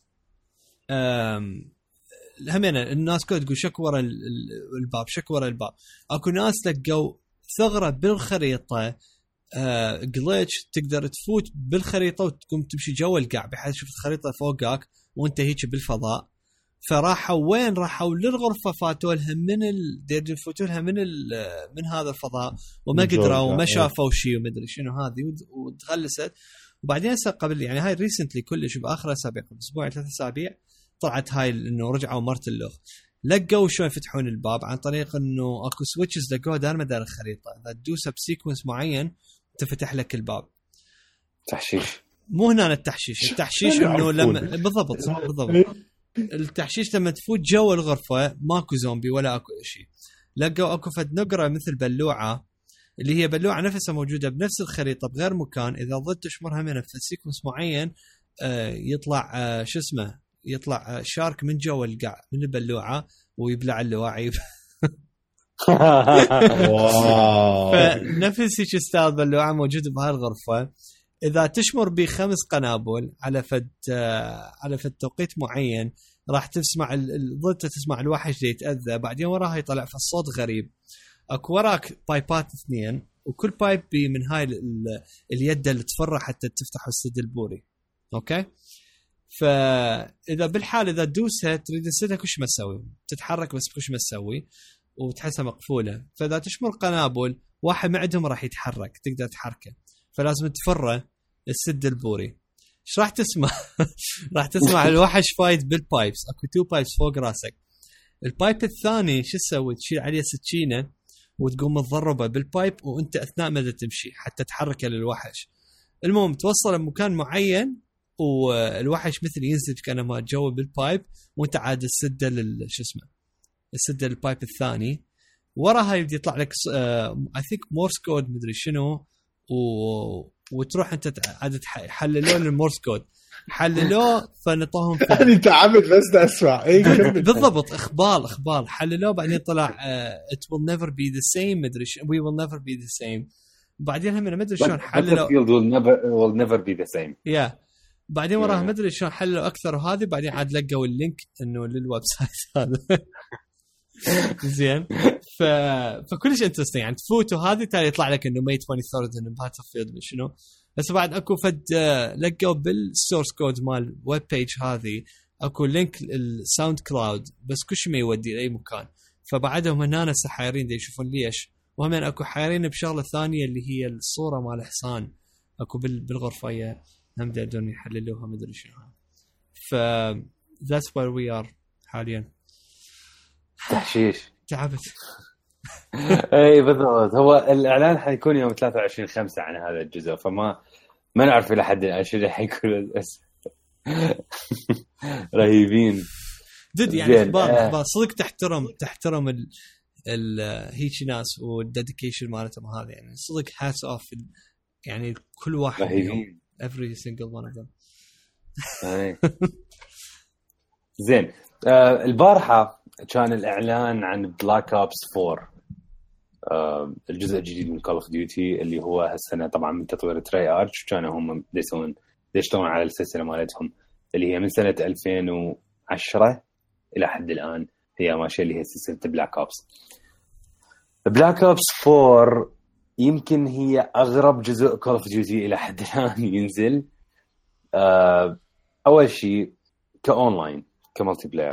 امم همينه الناس كلها تقول شك ورا الباب شك ورا الباب اكو ناس لقوا ثغره بالخريطه آه جليتش تقدر تفوت بالخريطه وتقوم تمشي جوا القاع بحيث شفت الخريطه فوقك وانت هيك بالفضاء فراحوا وين راحوا للغرفه فاتوا لها من ال يفوتوا لها من من هذا الفضاء وما قدروا وما شافوا شيء وما ادري شنو هذه وتغلست وبعدين هسه قبل يعني هاي ريسنتلي كلش باخر اسابيع اسبوع ثلاث اسابيع طلعت هاي انه رجعوا مرت اللغ لقوا شلون يفتحون الباب عن طريق انه اكو سويتشز لقوها دار مدار الخريطه اذا تدوسها بسيكونس معين تفتح لك الباب. تحشيش مو هنا التحشيش التحشيش انه لما بالضبط بالضبط التحشيش لما تفوت جوا الغرفه ماكو زومبي ولا اكو شيء لقوا اكو فد نقره مثل بلوعه اللي هي بلوعه نفسها موجوده بنفس الخريطه بغير مكان اذا ضلت تشمرها من في سيكونس معين آه يطلع آه شو اسمه يطلع شارك من جوا القاع من البلوعه ويبلع اللواعي. فنفس الشيء استاذ بلوعه موجود بهاي الغرفه اذا تشمر بخمس قنابل على فد على فد توقيت معين راح تسمع ضلت تسمع الوحش يتاذى بعدين وراها يطلع في الصوت غريب اكو وراك بايبات اثنين وكل بايب من هاي اليد اللي تفرع حتى تفتح السد البوري اوكي فاذا بالحال اذا تدوسها تريد تسدها كلش ما تسوي تتحرك بس كلش ما تسوي وتحسها مقفوله فاذا تشمر قنابل واحد ما عندهم راح يتحرك تقدر تحركه فلازم تفرع السد البوري. ايش راح تسمع؟ راح تسمع الوحش فايت بالبايبس اكو تو بايبس فوق راسك البايب الثاني شو تسوي تشيل عليه سكينه وتقوم تضربه بالبايب وانت اثناء ما تمشي حتى تحركه للوحش المهم توصل لمكان معين والوحش مثل ينزل كأنه ما جو بالبايب وانت عاد السده للش اسمه السده البايب الثاني وراها يبدي يطلع لك اي ثينك مورس كود مدري شنو و... وتروح انت عاد حللوا المورس كود حللوه فنطوهم يعني تعمد بس اسمع اي بالضبط اخبار اخبار حللوه بعدين طلع uh, it will never be the same مدري ش... we will never be the same بعدين هم ما ادري شلون حللوا will never will never be the same yeah بعدين وراها ما ادري شلون حلوا اكثر وهذه بعدين عاد لقوا اللينك انه للويب سايت هذا. زين ف فكلش انترستينج يعني تفوت وهذه تالي يطلع لك انه ماي ثلاثين ان باتلفيلد شنو بس بعد اكو فد لقوا بالسورس كود مال ويب بيج هذه اكو لينك الساوند كلاود بس كل شيء ما يودي لاي مكان. فبعدهم هنا حايرين دي يشوفون ليش وهم اكو حايرين بشغله ثانيه اللي هي الصوره مال حصان اكو بالغرفه هي هم بدون يحللوها ما ادري شنو. ف that's where we are حاليا. تحشيش تعبت. اي بالضبط. هو الاعلان حيكون يوم ثلاثة وعشرين خمسة عن هذا الجزء فما ما نعرف الى حد الان شو اللي حيكون بس رهيبين دد يعني اخبار صدق تحترم تحترم ال ال هيك ناس والديديكيشن مالتهم هذا يعني صدق هاتس اوف يعني كل واحد رهيبين every single one of them. زين آه البارحة كان الإعلان عن بلاك أوبس فور آه الجزء الجديد من كول اوف ديوتي اللي هو هالسنة طبعا من تطوير تري أرش كانوا هم يسوون يشتغلون على السلسلة مالتهم اللي هي من سنة ألفين وعشرة إلى حد الآن هي ماشية اللي هي سلسلة بلاك أوبس. بلاك أوبس فور يمكن هي أغرب جزء كول اوف ديوتي إلى حد الآن ينزل. آه أول شيء كأونلاين كمالتي بلاير.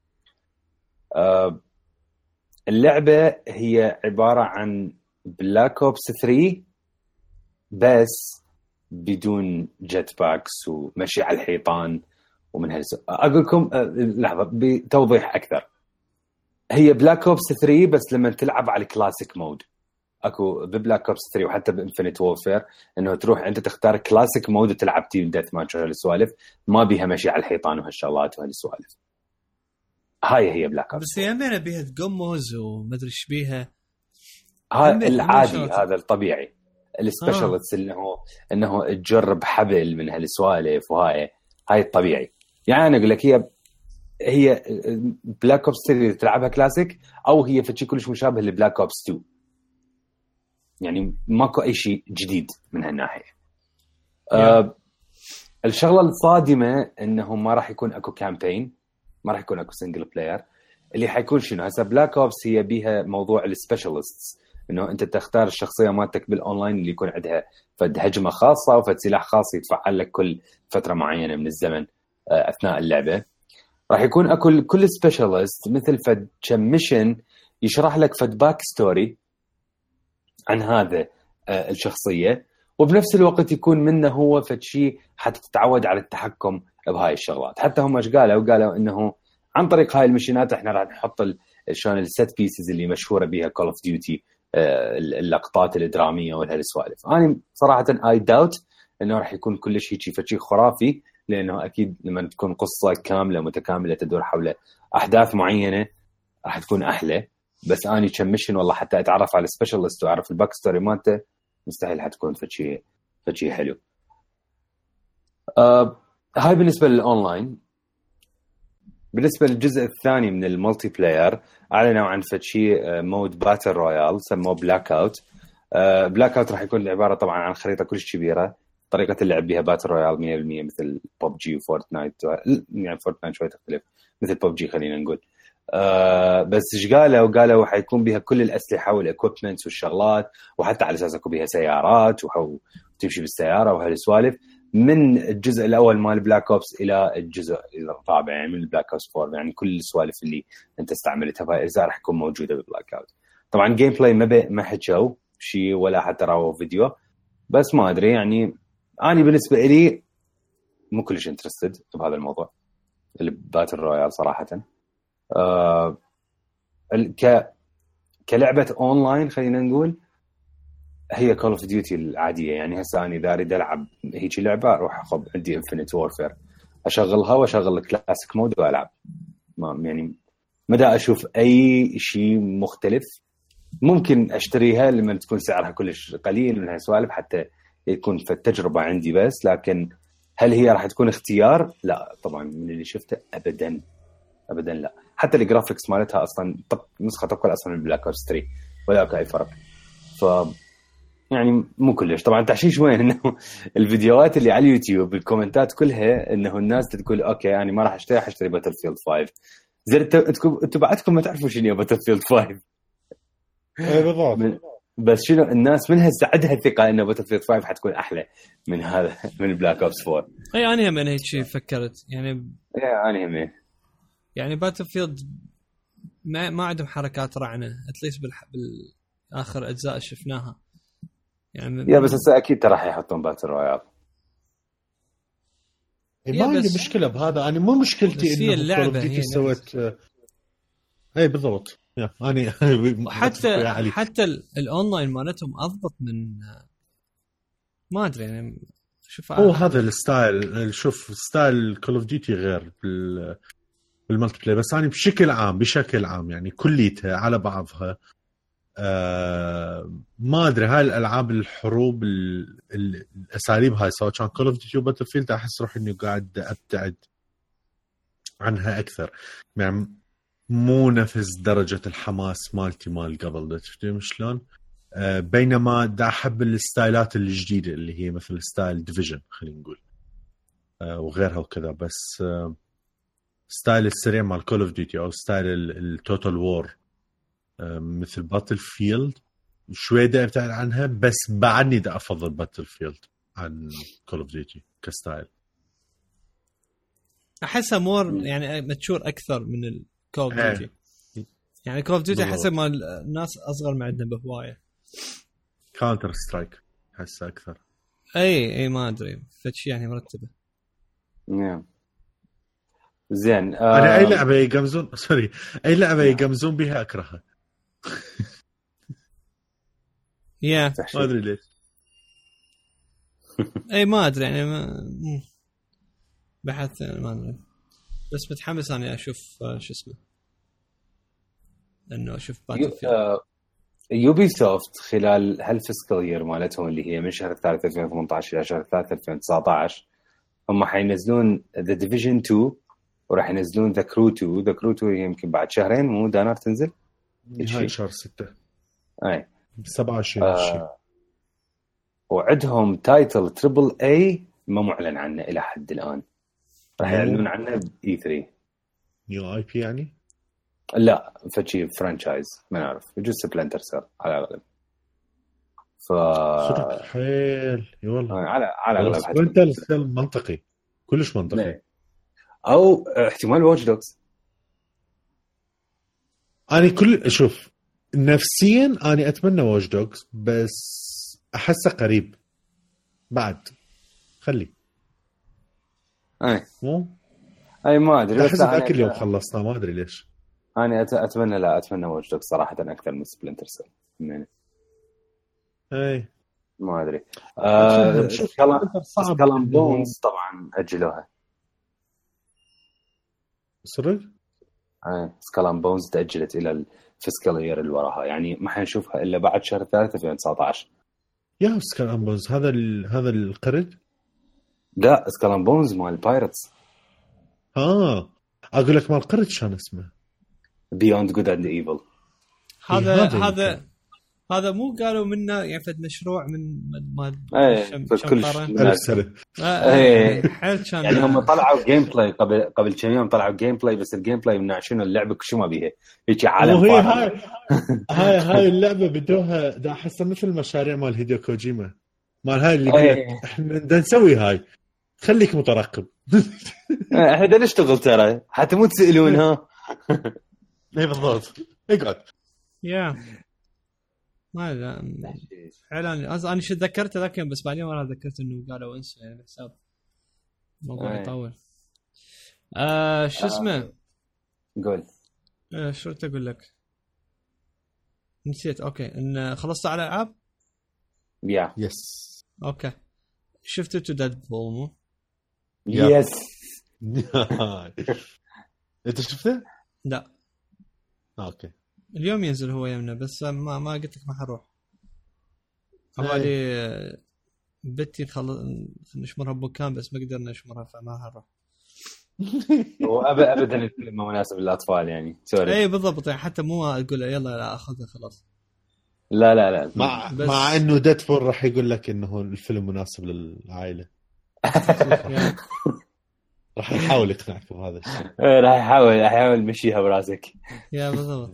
آه اللعبة هي عبارة عن بلاك أوبس ثري بس بدون جيت باكس ومشي على الحيطان ومن هالسو أقول لكم آه لحظة بتوضيح أكثر. هي بلاك أوبس ثري بس لما تلعب على الكلاسيك مود اكو ببلاك اوبس ثري وحتى بانفينيت وورفير انه تروح انت تختار كلاسيك مود وتلعب تيم ديث ماتش وهالسوالف ما بيها مشي على الحيطان وهالشغلات وهالسوالف. هاي هي بلاك اوبس بس هي بينا بيها تقمز وما ادري ايش بيها. هذا العادي هذا الطبيعي. السبيشالست آه. انه انه تجرب حبل من هالسوالف وهاي هاي الطبيعي. يعني انا اقول لك هي هي بلاك اوبس ثري تلعبها كلاسيك او هي فشي كلش مشابه لبلاك اوبس تو يعني ماكو أي شيء جديد من هالناحية. yeah. أه الشغلة الصادمة إنه ما راح يكون أكو كامبين ما راح يكون أكو سنجل بلاير اللي حيكون شنو هسه بلاك أوبس هي بيها موضوع السبيشالستس إنه أنت تختار الشخصية مالتك بالأونلاين اللي يكون عندها فد هجمة خاصة وفد سلاح خاص يتفعل لك كل فترة معينة من الزمن أثناء اللعبة. راح يكون أكو كل سبيشالست مثل فد كميشن يشرح لك فد باك ستوري عن هذا الشخصية وبنفس الوقت يكون منه هو فشي حتى تتعود على التحكم بهاي الشغلات. حتى هم ايش قالوا قالوا انه عن طريق هاي المشينات احنا راح نحط شلون السيت بيسز اللي مشهورة بها كول اوف ديوتي اللقطات الدرامية وهالسوالف. انا صراحة اي داوت انه راح يكون كل شيء شيء فشي خرافي لانه اكيد لما تكون قصة كاملة متكاملة تدور حول احداث معينة راح تكون احلى. بس اني كمشن والله حتى اتعرف على السبيشالست واعرف الباك ستوري مالته مستحيل حتكون فشي فشي حلو. آه هاي بالنسبه للاونلاين. بالنسبه للجزء الثاني من الملتي بلاير اعلنوا عن فشي مود باتل رويال سموه بلاك اوت. آه بلاك اوت راح يكون عباره طبعا عن خريطه كلش كبيره طريقه اللعب بها باتل رويال مية بالمية مثل ببجي وفورتنايت يعني فورتنايت شوي تختلف مثل ببجي خلينا نقول. آه بس ايش قالوا قالوا حيكون بها كل الاسلحه والاكويبمنتس والشغلات وحتى على اساس اكو بها سيارات وتمشي بالسياره وهالسوالف من الجزء الاول مال بلاك اوبس الى الجزء الرابع يعني من البلاك اوبس فور يعني كل السوالف اللي انت استعملتها بهاي الاجزاء راح تكون موجوده بالبلاك اوت. طبعا جيم بلاي ما ما حكوا شيء ولا حتى راوا فيديو بس ما ادري يعني انا بالنسبه لي مو كلش انترستد بهذا الموضوع الباتل رويال صراحه. آه ك كلعبه اونلاين خلينا نقول هي كول اوف ديوتي العاديه يعني هسه انا اذا اريد العب هيك لعبه اروح اخذ عندي انفينيت وورفير اشغلها واشغل الكلاسيك مود والعب ما يعني مدى اشوف اي شيء مختلف. ممكن اشتريها لما تكون سعرها كلش قليل من هالسوالف حتى يكون في التجربه عندي بس لكن هل هي راح تكون اختيار؟ لا طبعا من اللي شفته ابدا ابدا لا. حتى الجرافيكس مالتها اصلا طب نسخه طبقا اصلا من بلاك اوبس ثري ولا اي فرق. ف يعني مو كلش طبعا. تحشيش وين انه الفيديوهات اللي على اليوتيوب الكومنتات كلها انه الناس تقول اوكي يعني ما راح اشتري اشتري باتل فيلد خمسة. زين انتم انتم بعدكم ما تعرفوا شنو باتل فيلد خمسة. اي بالضبط. بس شنو الناس منها سعدها الثقه انه باتل فيلد خمسة حتكون احلى من هذا من بلاك اوبس فور. اي انا هم هيك شيء فكرت يعني. اي انا هم يعني باتل فيلد ما ما عندهم حركات رعنه اتليست بالح... بالاخر اجزاء شفناها يعني. يا بس هسه اكيد راح يحطون باتل رويال. ما عندي مشكله بهذا. انا مو مشكلتي انه اللعبه هي سوت اي بالضبط. يعني حتى حتى الاونلاين مالتهم اضبط من ما ادري يعني. شوف هو هذا الستايل. شوف ستايل كول اوف ديوتي غير بال بالمالتي بلاير. بس يعني بشكل عام بشكل عام يعني كليتها على بعضها آه ما ادري. هاي الالعاب الحروب الاساليب هاي سواء كان كول اوف ديوتي وباتل فيلد احس روحي اني قاعد ابتعد عنها اكثر. يعني مو نفس درجه الحماس مالتي مال قبل. تشوفين شلون؟ آه بينما دا احب الستايلات الجديده اللي هي مثل ستايل ديفيجن خلينا نقول آه وغيرها وكذا. بس آه ستايل السريع مال كول اوف ديوتي او ستايل التوتال وور مثل باتل فيلد شوي دا ابتعد عنها. بس بعدني دا افضل باتل فيلد عن كول اوف ديوتي كستايل. احسها مور يعني متشور اكثر من الكول اوف ديوتي. يعني كول اوف ديوتي حسب ما الناس اصغر ما عندنا بهوايه. كاونتر سترايك حسها اكثر. اي اي ما ادري فشي يعني مرتبه. نعم زين. آه... انا اي لعبه يقمزون سوري اي لعبه يقمزون بها اكرهها. يا ما ادري ليش. اي ما ادري يعني ما... بحث ما ادري. بس متحمس اني اشوف شو اسمه انه اشوف باتل فيلد. يوبي سوفت خلال هالفيسكال يير مالتهم اللي هي من شهر الثالث ألفين وثمانية عشر الى شهر الثالث ألفين وتسعة عشر هم حينزلون ذا ديفيجن تو وراح ينزلون ذا كرو تو. ذا كرو تو يمكن بعد شهرين مو دانار تنزل هاي شهر ستة. اي سبعة وعشرين آه وعندهم تايتل تريبل اي ما معلن عنه الى حد الان. راح يعلنون عنه باي ثلاثة. نيو اي بي يعني؟ لا فشي فرانشايز ما نعرف. يجوز سبلنتر سيل على الاغلب. ف صدق حيل اي والله على على الاغلب سبلنتر سيل منطقي كلش منطقي. نه. او احتمال واتش دوجز. انا كل اشوف نفسيا انا اتمنى واتش دوجز بس احسه قريب بعد خلي اي مو اي ما ادري. بس ذاك اليوم خلصنا ما ادري ليش. انا اتمنى لا اتمنى واتش دوجز صراحه اكثر من سبلنتر سيل. يعني اي ما ادري. آه سكالام بونز طبعا اجلوها. صدق اي سكالام بونز تاجلت الى الفيسكال يير اللي وراها. يعني ما حنشوفها الا بعد شهر ثالث ألفين وتسعة عشر. يا سكالام بونز هذا ال... هذا القرد. لا سكالام بونز مال بايرتس. اه اقول لك مال القرد شلون اسمه بيوند جود اند ايفل. هذا هذا هذا مو قالوا منه يعني فد مشروع من ما ايه كل سنه ايه يعني هم طلعوا جيم بلاي قبل قبل كم يوم. طلعوا جيم بلاي بس الجيم بلاي من شنو اللعبه شو ما بيها هيك عالم فاضي. هاي هاي هاي اللعبه بدوها دا احسها مثل المشاريع مال هيديو كوجيما مال هاي اللي قلت احنا بدنا نسوي هاي خليك مترقب. احنا بدنا نشتغل ترى حتى مو تسالون ها. اي بالضبط اقعد يا ما لا اعلان. انا شو تذكرت ذاك بس بعدين ما ذكرت انه قالوا انسى يعني حساب الموضوع يطول. آه شو اسمه آه. قول آه شو تقول لك نسيت. اوكي ان خلصت على العاب. يا يس اوكي شفت تو ديدبول مو يس انت شفته؟ لا اوكي اليوم ينزل هو يمنا بس ما ما قلت لك ما حروح. حوالي بنتي خلص نشمرها بمكان بس ما قدرنا نشمرها فما حروح. هو ابدا الفيلم ما مناسب للاطفال يعني سوري. اي بالضبط يعني حتى مو اقول يلا لا اخذها خلاص. لا لا لا مع بس... مع انه ديدبول راح يقول لك انه الفيلم مناسب للعائله. راح يحاول يقنعك بهذا الشيء. راح يحاول راح يحاول مشيها براسك. يا بالضبط.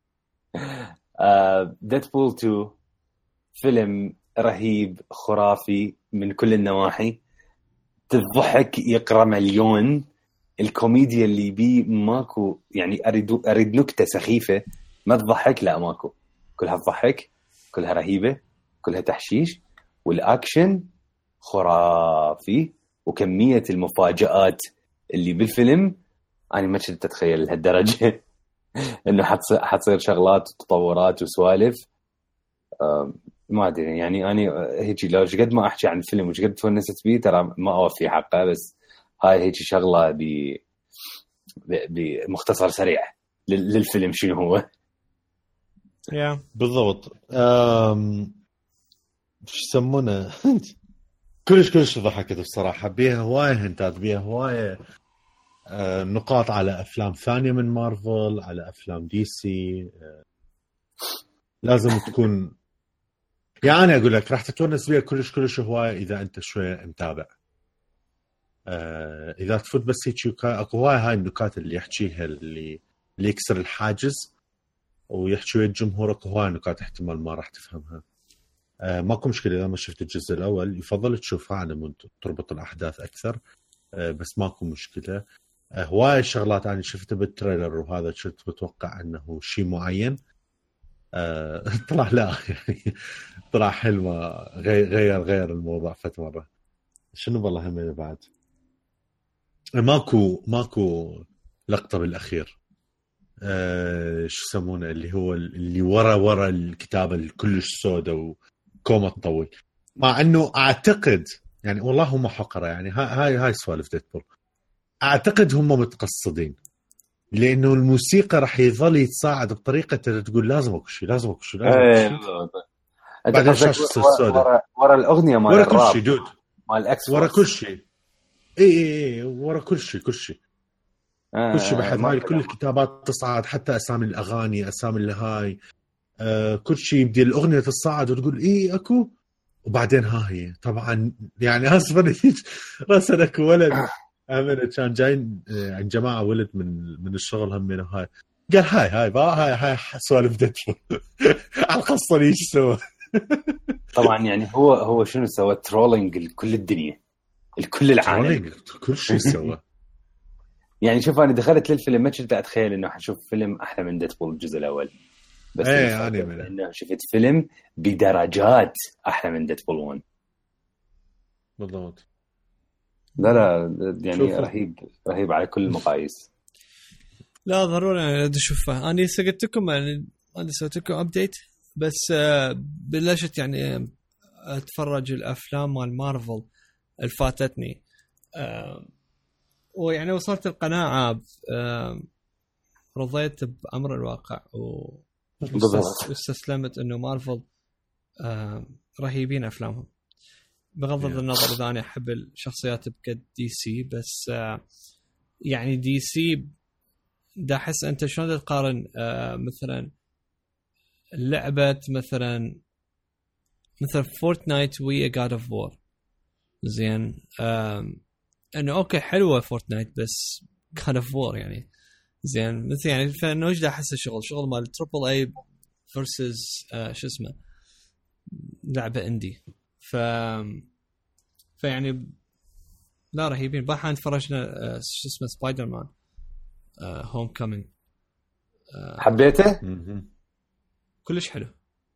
ديدبول اثنين فيلم رهيب خرافي من كل النواحي. تضحك يقرأ مليون. الكوميديا اللي بيه ماكو يعني أريد أريد نكتة سخيفة ما تضحك لا ماكو. كلها تضحك كلها رهيبة كلها تحشيش والأكشن خرافي وكمية المفاجآت اللي بالفيلم أنا ما كنت أتخيل لهالدرجة إنه حتصير شغلات وتطورات وسوالف. ما أدري يعني أنا هيك لو قد ما أحكي عن الفيلم وش قد تونست بيه ترى ما أوفي حقه بس هاي هيك شغلة ب بمختصر سريع للفيلم شنو هو. يا بالضبط. أم... شو يسمونه كلش كلش ضحكت بصراحة. بيها هواية هنتات بيها هواية أه... نقاط على أفلام ثانية من مارفل على أفلام دي سي. أه... لازم تكون يعني أقول لك راح تتونس بيها كلش كلش هواية إذا أنت شوية متابع. أه... إذا تفوت بس هيك أكو هواية هاي النكات اللي يحكيها اللي اللي يكسر الحاجز ويحكي ويا الجمهور هواي نكات احتمال ما راح تفهمها. آه ماكو مشكلة إذا ما شفت الجزء الأول يفضل تشوفها على مود تربط الأحداث أكثر. آه بس ماكو مشكلة. آه هواي الشغلات أنا شفتها بالتريلر وهذا شفت بتوقع أنه شيء معين. آه طلع لا يعني طلع حلمة غير غير غير الموضوع فت مرة. شنو والله هم بعد ماكو ماكو لقطة بالأخير. أه شو يسمونه اللي هو اللي ورا ورا الكتابة الكلش سودة وكومة طويل. مع انه اعتقد يعني والله هم حقرة يعني هاي هاي سوالف ديدبول اعتقد هم متقصدين لانه الموسيقى راح يظل يتصاعد بطريقة تقول لازم اكو شيء لازم اكو شيء لازم اكو شيء. بعد الشاشة السوداء ورا ورا الاغنية مال ورا كل شيء دود مال الاكس ورا كل شيء اي اي اي ورا كل شيء كل شيء آه كل شيء بحد هاي كل الكتابات تصعد حتى أسامي الأغاني أسامي الهاي آه كل شيء بدي الأغنية تصعد وتقول إيه أكو وبعدين ها هي طبعا يعني أصلاً راسا أكو ولد أمين كان جايين عن جماعة ولد من من الشغل هم من هاي قال هاي هاي بقى هاي هاي سوالف ديدبول على القصة ليش سوى. طبعا يعني هو هو شنو سوى ترولينج لكل الدنيا الكل العالم كل شيء سوى. يعني شوف أنا دخلت للفيلم ما كنت أتخيل إنه حشوف فيلم أحلى من ديدبول الجزء الأول بس إيه أنا منه إنه شفت فيلم بدرجات أحلى من ديدبول واحد. بالضبط. لا لا يعني رهيب رهيب على كل المقاييس. لا ضروري أنا بدي أشوفه. أنا سقطتكم يعني أنا سويت لكم أبديت بس بلشت يعني أتفرج الأفلام مال مارفل الفاتتني ويعني وصلت القناعة رضيت بأمر الواقع واستسلمت إنه مارفل رهيبين أفلامهم بغض النظر إذا أنا أحب الشخصيات بقد دي سي بس يعني دي سي دا أحس أنت شلون تقارن مثلا لعبة مثلا مثل فورتنايت ويا God of War زين انه اوكي حلوه فورتنايت بس God of War يعني زين مثل يعني فانه ايش دا احس الشغل شغل مال تريبل اي فيرسز آه شو اسمه لعبه اندي ف فيعني لا رهيبين. بحان تفرجنا آه شو اسمه سبايدر مان آه هوم كامينج آه حبيته كلش حلو.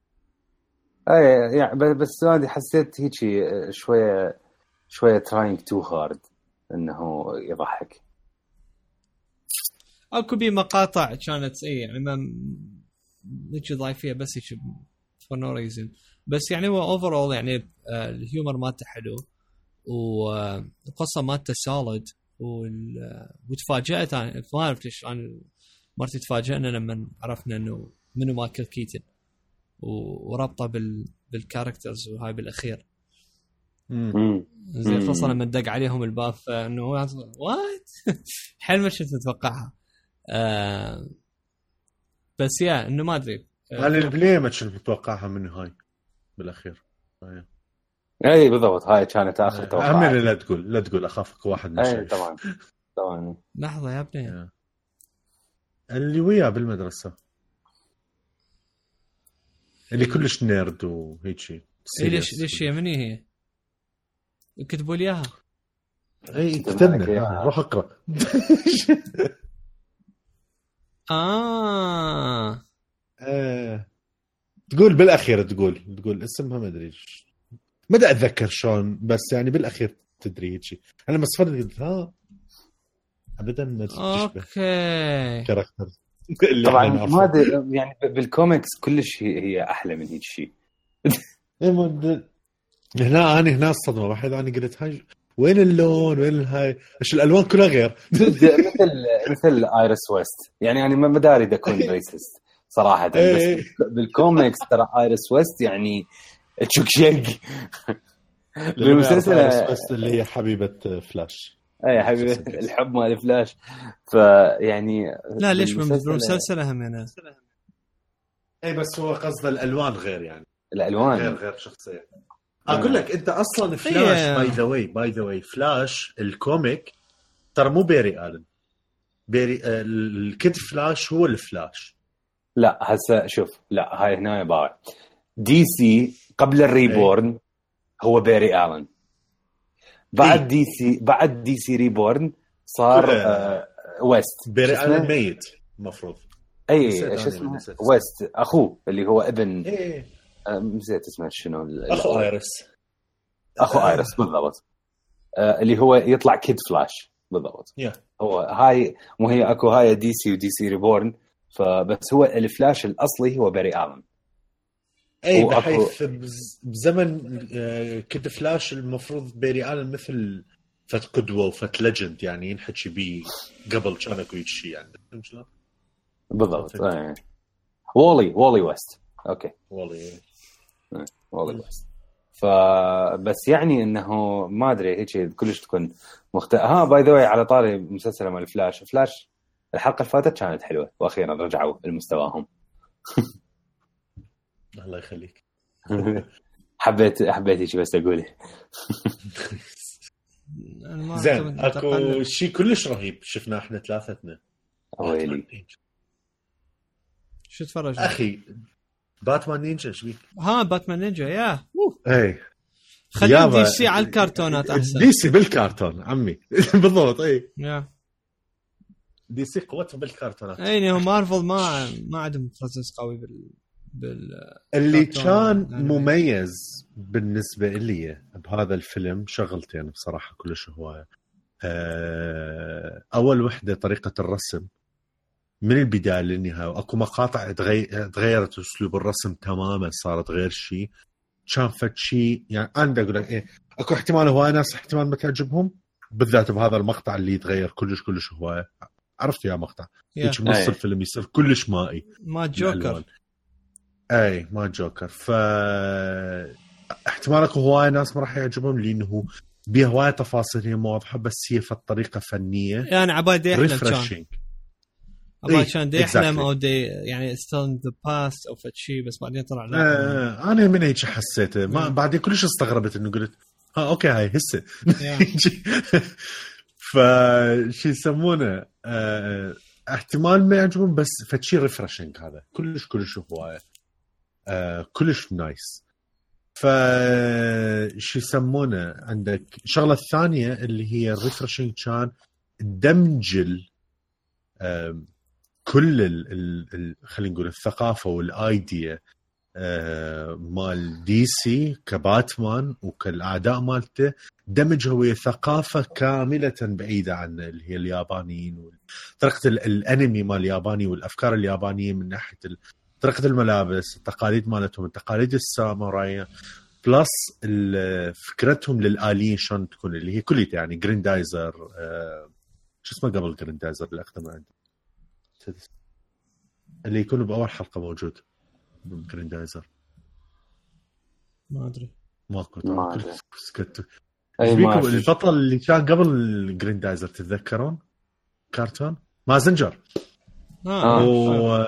اي يعني بس انا حسيت هيك شويه شويه trying too hard انه يضحك. اكو بي مقاطع كانت اي يعني ما هيك ضايفيه بس هيك for no reason بس يعني هو overall يعني الهيومر مالته حلو والقصه مالته سوليد وتفاجأت انا ما عرفت ايش انا مرتي تفاجئنا لما عرفنا انه منو مايكل كيتن وربطه بال بالكاركترز وهاي بالاخير زين خاصه لما دق عليهم الباب انه وات حلم ما كنت متوقعها. آه بس يا انه ما ادري انا البلاي ما كنت متوقعها منه هاي بالاخير. اي بالضبط هاي كانت اخر توقعات. أهم لا تقول لا تقول اخافك واحد مش اي طبعا طبعا. لحظه يا ابني اللي وياه بالمدرسه اللي كلش نيرد وهيك شيء. ليش ليش من هي كتبوا لي اياها؟ اي كتبنا روح اقرا. اه اه تقول بالاخير تقول تقول اسمها ما ادري ما بدي اتذكر شلون بس يعني بالاخير تدري هيك شيء. انا لما صفرت قلت ها ابدا ما تشبه اوكي كاركتر. طبعا ما يعني بالكوميكس كلش هي احلى من هيك شيء. هنا انا هنا الصدمه واحد انا قلت هاي وين اللون وين هاي ايش الالوان كلها غير. مثل مثل ايرس ويست يعني انا ما داري دا اكون ريسست صراحه بس بالكوميكس ترى ايرس ويست يعني تشوك شق بالمسلسل ايرس ويست اللي هي حبيبه فلاش. اي حبيبه الحب مال فلاش. فيعني لا ليش بالمسلسل اهم يعني اي بس هو قصد الالوان غير يعني الالوان غير غير شخصيه. اقول لك انت اصلا فلاش باي ذا واي باي ذا واي فلاش الكوميك ترى مو بيري آلن. بيري الكيد فلاش هو الفلاش. لا هسه شوف لا هاي هنا باع دي سي قبل الريبورن أي. هو بيري آلن بعد أي. دي سي بعد دي سي ريبورن صار آه ويست. بيري آلن ميت مفروض. اي ايش اسمه ويست اخوه اللي هو ابن ايه نسيت اسمه شنو اخو ايرس اخو ايرس بالضبط. آه اللي هو يطلع كيد فلاش بالضبط. yeah. هو هاي مو هي اكو هاي دي سي ودي سي ريبورن فبس هو الفلاش الاصلي هو بيري آلن. اي بحيث بزمن كيد فلاش المفروض بيري آلن مثل فت قدوه وفت ليجند يعني ينحكي بيه قبل كان اكو شيء يعني بالضبط. اي وولي وولي ويست اوكي وولي وولي ويست. فبس يعني انه ما ادري هيك كلش تكون مخت... ها باي ذا واي على طاري مسلسل مال فلاش فلاش الحلقه اللي فاتت كانت حلوه واخيرا رجعوا لمستواهم. الله يخليك. حبيت حبيت هيك بس اقوله. زين اكو شيء كلش رهيب شفناه احنا ثلاثتنا. ويلي شو تفرج اخي باتمان نينجا شبيك؟ ها باتمان نينجا يا اي خلي دي سي على الكرتونات احسن. دي سي بالكرتون عمي. بالضبط اي يا دي سي قوتها بالكرتونات. اي هو مارفل ما ما عندهم بريزنس قوي بال بال اللي كان مميز بالنسبه لي بهذا الفيلم شغلتين بصراحه كلش هوايه. اول وحده طريقه الرسم من البدايه للنهايه واكو مقاطع تغيرت اسلوب الرسم تماما صارت غير شيء كان فد شيء يعني انا اقول لك ايه اكو احتمال هواي ناس احتمال ما تعجبهم بالذات بهذا المقطع اللي يتغير كلش كلش هواي. عرفت يا مقطع هيك بنص الفيلم يصير كلش مائي ما جوكر. اي ما جوكر. ف احتمالك هواي ناس ما راح يعجبهم لانه بيه هواي تفاصيل مو واضحه بس هي في الطريقه فنيه يعني عباد يحلم كان عباد كان دي يحلم exactly. او دي يعني still in the past او فد شيء بس بعدين طلع لا. آه انا من هيك حسيته ما بعدين كلش استغربت انه قلت ها اوكي هاي هسه فشي يسمونه آه احتمال ما يعجبهم بس فد شيء ريفرشنج هذا كلش كلش هوايه آه كلش نايس. فشي يسمونه عندك شغله الثانيه اللي هي الريفرشنج كان دمج آه كل ال ال خلينا نقول الثقافه والايديا آه مال دي سي كباتمان وكالاعداء مالته دمجها ويا ثقافه كامله بعيده عن اللي هي اليابانيين وطريقه الانمي مال الياباني والافكار اليابانيه من ناحيه طريقه الملابس التقاليد مالتهم التقاليد الساموراي بلس فكرتهم للآليين شلون تكون اللي هي كلها يعني جريندايزر آه شو اسمه قبل جريندايزر اللي اخذه عندي اللي يكون بأول حلقة موجود جريندايزر ما أدري ما كنت ما أدري سكت أي ما البطل اللي كان قبل جريندايزر تتذكرون كارتون مازنجر اه و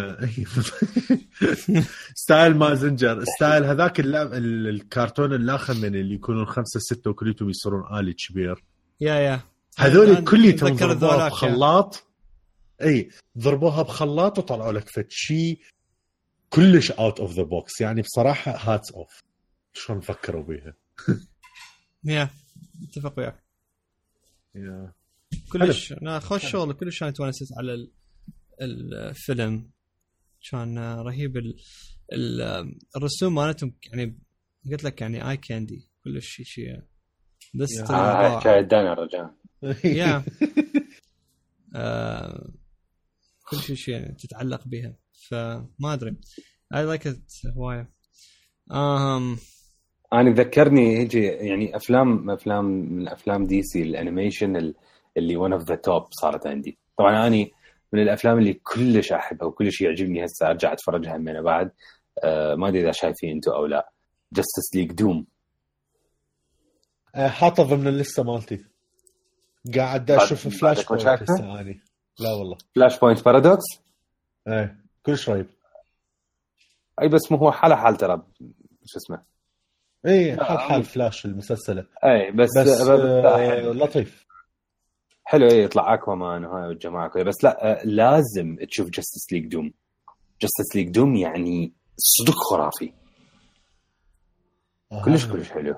ستايل مازنجر، ستايل هذاك اللعب الكرتون الاخر من اللي يكونوا خمسة ستة وكليتهم يصيرون آلي كبير. يا يا هذول كليتهم ضربوها بخلاط. اي ضربوها بخلاط وطلعوا لك فد شيء كلش اوت اوف ذا بوكس. يعني بصراحه هاتس اوف شلون فكروا بيها. يا اتفق وياك. يا كلش انا خوش شغل كلش كانت ونست على الفيلم. كان رهيب ال... ال... الرسوم مالتهم يعني قلت لك يعني اي كاندي كلش شيء شيء بس شاهد دانا الرجال. يا كل شيء شيء تتعلق بها فما ادري I like it هوايه. امم انا ذكرني هيجي يعني افلام افلام من افلام دي سي الانيميشن اللي one of the top صارت عندي. طبعا اني من الافلام اللي كلش احبها وكلش يعجبني هسه ارجع اتفرجها من بعد. أه ما ادري اذا شايفين انتم او لا. جاستس ليج دوم حاطه ضمن اللسته مالتي. قاعد اشوف فلاش بوينت هسه اني. لا والله فلاش بوينت بارادوكس ايه كلش رهيب. اي بس مو هو حاله حال ترى شو اسمه ايه حال حال فلاش المسلسله. اي بس, بس آه لطيف حلو. ايه يطلع اكوامان وهاي والجماعه كلها. بس لا آه لازم تشوف جاستس ليج دوم. جاستس ليج دوم يعني صدق خرافي. آه. كلش كلش حلو.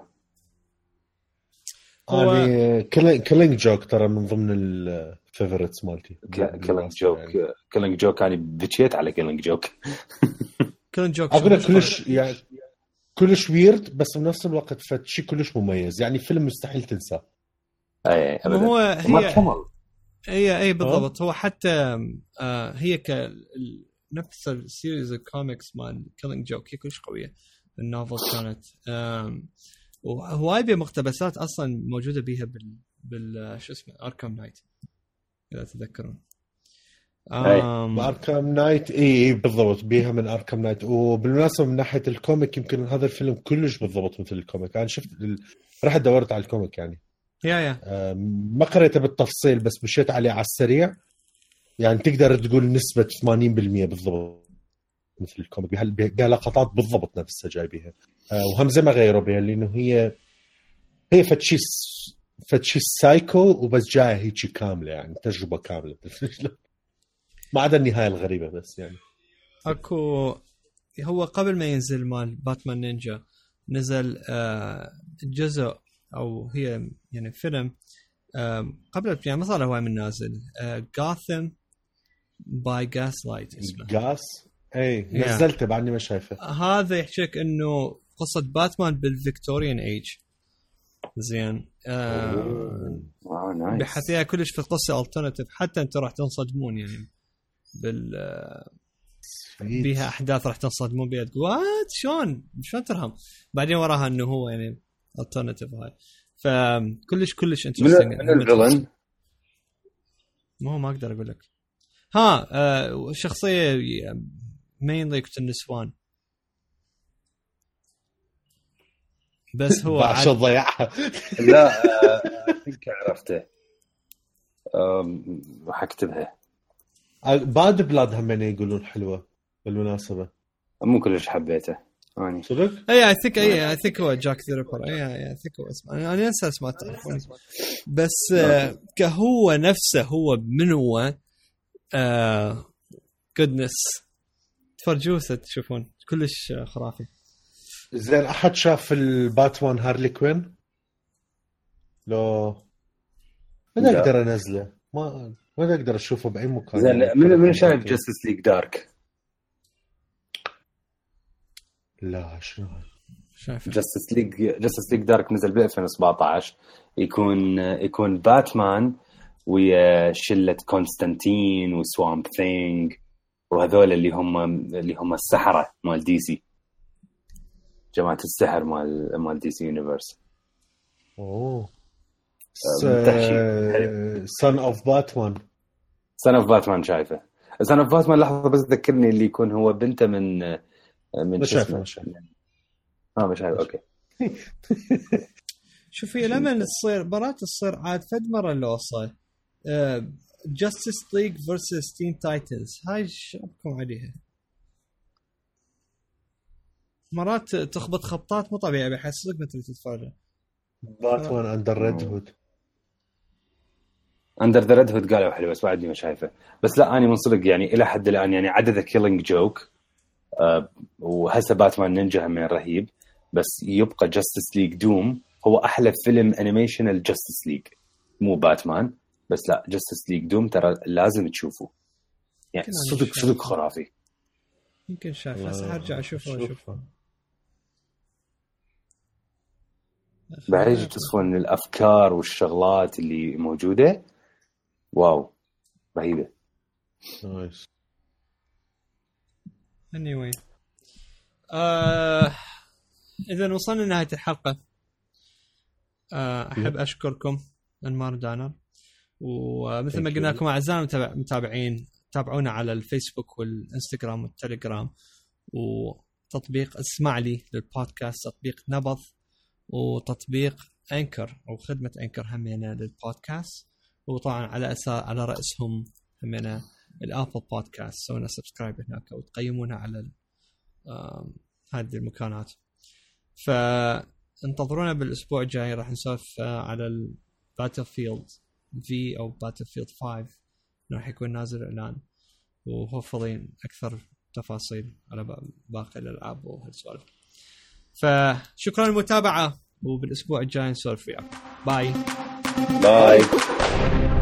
يعني كيلينج جوك ترى من ضمن الفيفوريتس مالتي. كيلينج جوك كيلينج جوك يعني بتشيت على كيلينج جوك. كيلينج جوك اقول كلش يعني كلش ويرد بس بنفس الوقت فتشي كلش مميز. يعني فيلم مستحيل تنساه. اي هو هي هي اي بالضبط. هو حتى آه هي ك نفس السيريز الكوميكس مال كيلينج جوك هي كلش قويه. النوفل كانت وهواي بها مقتبسات اصلا موجوده بيها بال بال شو اسمه اركام نايت اذا تذكرون. امم اركام نايت اي بالضبط بيها من اركام نايت. وبالمناسبه من ناحيه الكوميك يمكن هذا الفيلم كلش بالضبط مثل الكوميك. انا شفت ال... رحت دورت على الكوميك يعني يا يا ما قريته بالتفصيل بس مشيت عليه على السريع. يعني تقدر تقول نسبه ثمانين بالمية بالضبط مثل الكوميك. بها لقطات بالضبط نفسها جايبيها. وهم زي ما غيروا بها لانه هي هي فتشي فتشي سايكو وبس جايه هيك كامله يعني تجربه كامله. ما عدا النهايه الغريبه بس يعني اكو هو قبل ما ينزل مال باتمان نينجا نزل آه جزء او هي يعني فيلم آه قبل يعني ما صار هو من نازل غاثم باي جاس لايت اسمه جاس. اي نزلته بعدني ما شايفه. هذا يحكيك انه قصه باتمان بالفيكتوريان ايج. زين آه بحثيها كلش في قصه الترناتيف حتى انت راح تنصدمون يعني بال بيها احداث راح تنصدمون بيها تقول وات شلون شلون ترهم بعدين وراها انه هو يعني الترناتيف هاي. فكلش كلش انترستينج. من الفيلن ما هو ما اقدر اقول لك. ها آه شخصيه مينلي كنت النسوان بس هو عشان ضيعها. لا فيك عرفته وحكتبها باد بلاد هم يقولون حلوه بالمناسبه. مو كلش حبيته اني صدق. اي اي ثينك اي اي ثينك هو جاك ذا ريبر. اي اي ثينك هو اسمه انا انسى اسمه تعرفوني بس آه كهو نفسه هو من هو آه جودنس تفرجوه تشوفون كلش خرافي. زين احد شاف الباتمان هارلي كوين؟ لو ما اقدر انزله ما ما اقدر اشوفه باي مكان. زين من من شايف جاستس ليج دارك؟ لا شنو شايف جاستس ليج جاستس ليج دارك نزل ب ألفين وسبعطعش. يكون يكون باتمان ويا شله كونستانتين وسوامب ثينج وهذول اللي هم اللي هم السحرة مال دي سي جماعة السحر مال مال دي سي يونيفرس. اوه سان اوف باتمان. سان اوف باتمان شايفه. سان اوف باتمان لحظة بس ذكرني اللي يكون هو بنته من من شايفه اه مش عارف. اوكي شوفي لما تصير برات تصير عاد فد مرة اللي وصل جاستس ليج فيرسس تين تايتنز هاي شبكم عليها مرات تخبط خبطات مو طبيعيه بحسك مثل تتفرج. باتمان اندر ريد هود اندر ذا ريد هود قالوا حلو بس بعدني ما شايفه. بس لا اني منصدق يعني الى حد الان يعني عدد كيلينج جوك أه وهسه باتمان نينجا هم رهيب. بس يبقى جاستس ليج دوم هو احلى فيلم انيميشن الجاستس ليج مو باتمان. بس لا جاستس ليج دوم ترى لازم تشوفه يعني صدق صدق خرافي. يمكن شايف هسه هرجع اشوفه واشوفه بعيش تصفون الافكار والشغلات اللي موجوده واو رهيبه. نايس. anyway آه اذا وصلنا لنهايه الحلقه آه احب اشكركم انمار دانر ومثل ما قلنا لكم اعزائنا المتابعين تابعونا على الفيسبوك والانستغرام والتليجرام وتطبيق اسمع لي للبودكاست تطبيق نبض وتطبيق انكر او خدمه انكر همينه للبودكاست وطبعا على اساس على راسهم همينه الابل بودكاست سوينا سبسكرايب هناك وتقيمونا على هذه المكانات. فانتظرونا بالاسبوع الجاي راح نسولف على الباتل فيلد في او باتل فيلد خمسة راح يكون نازل اعلان وهوفلين اكثر تفاصيل على باقي الالعاب وهالسوالف. فشكرا للمتابعه وبالاسبوع الجاي نسولف وياكم. باي باي.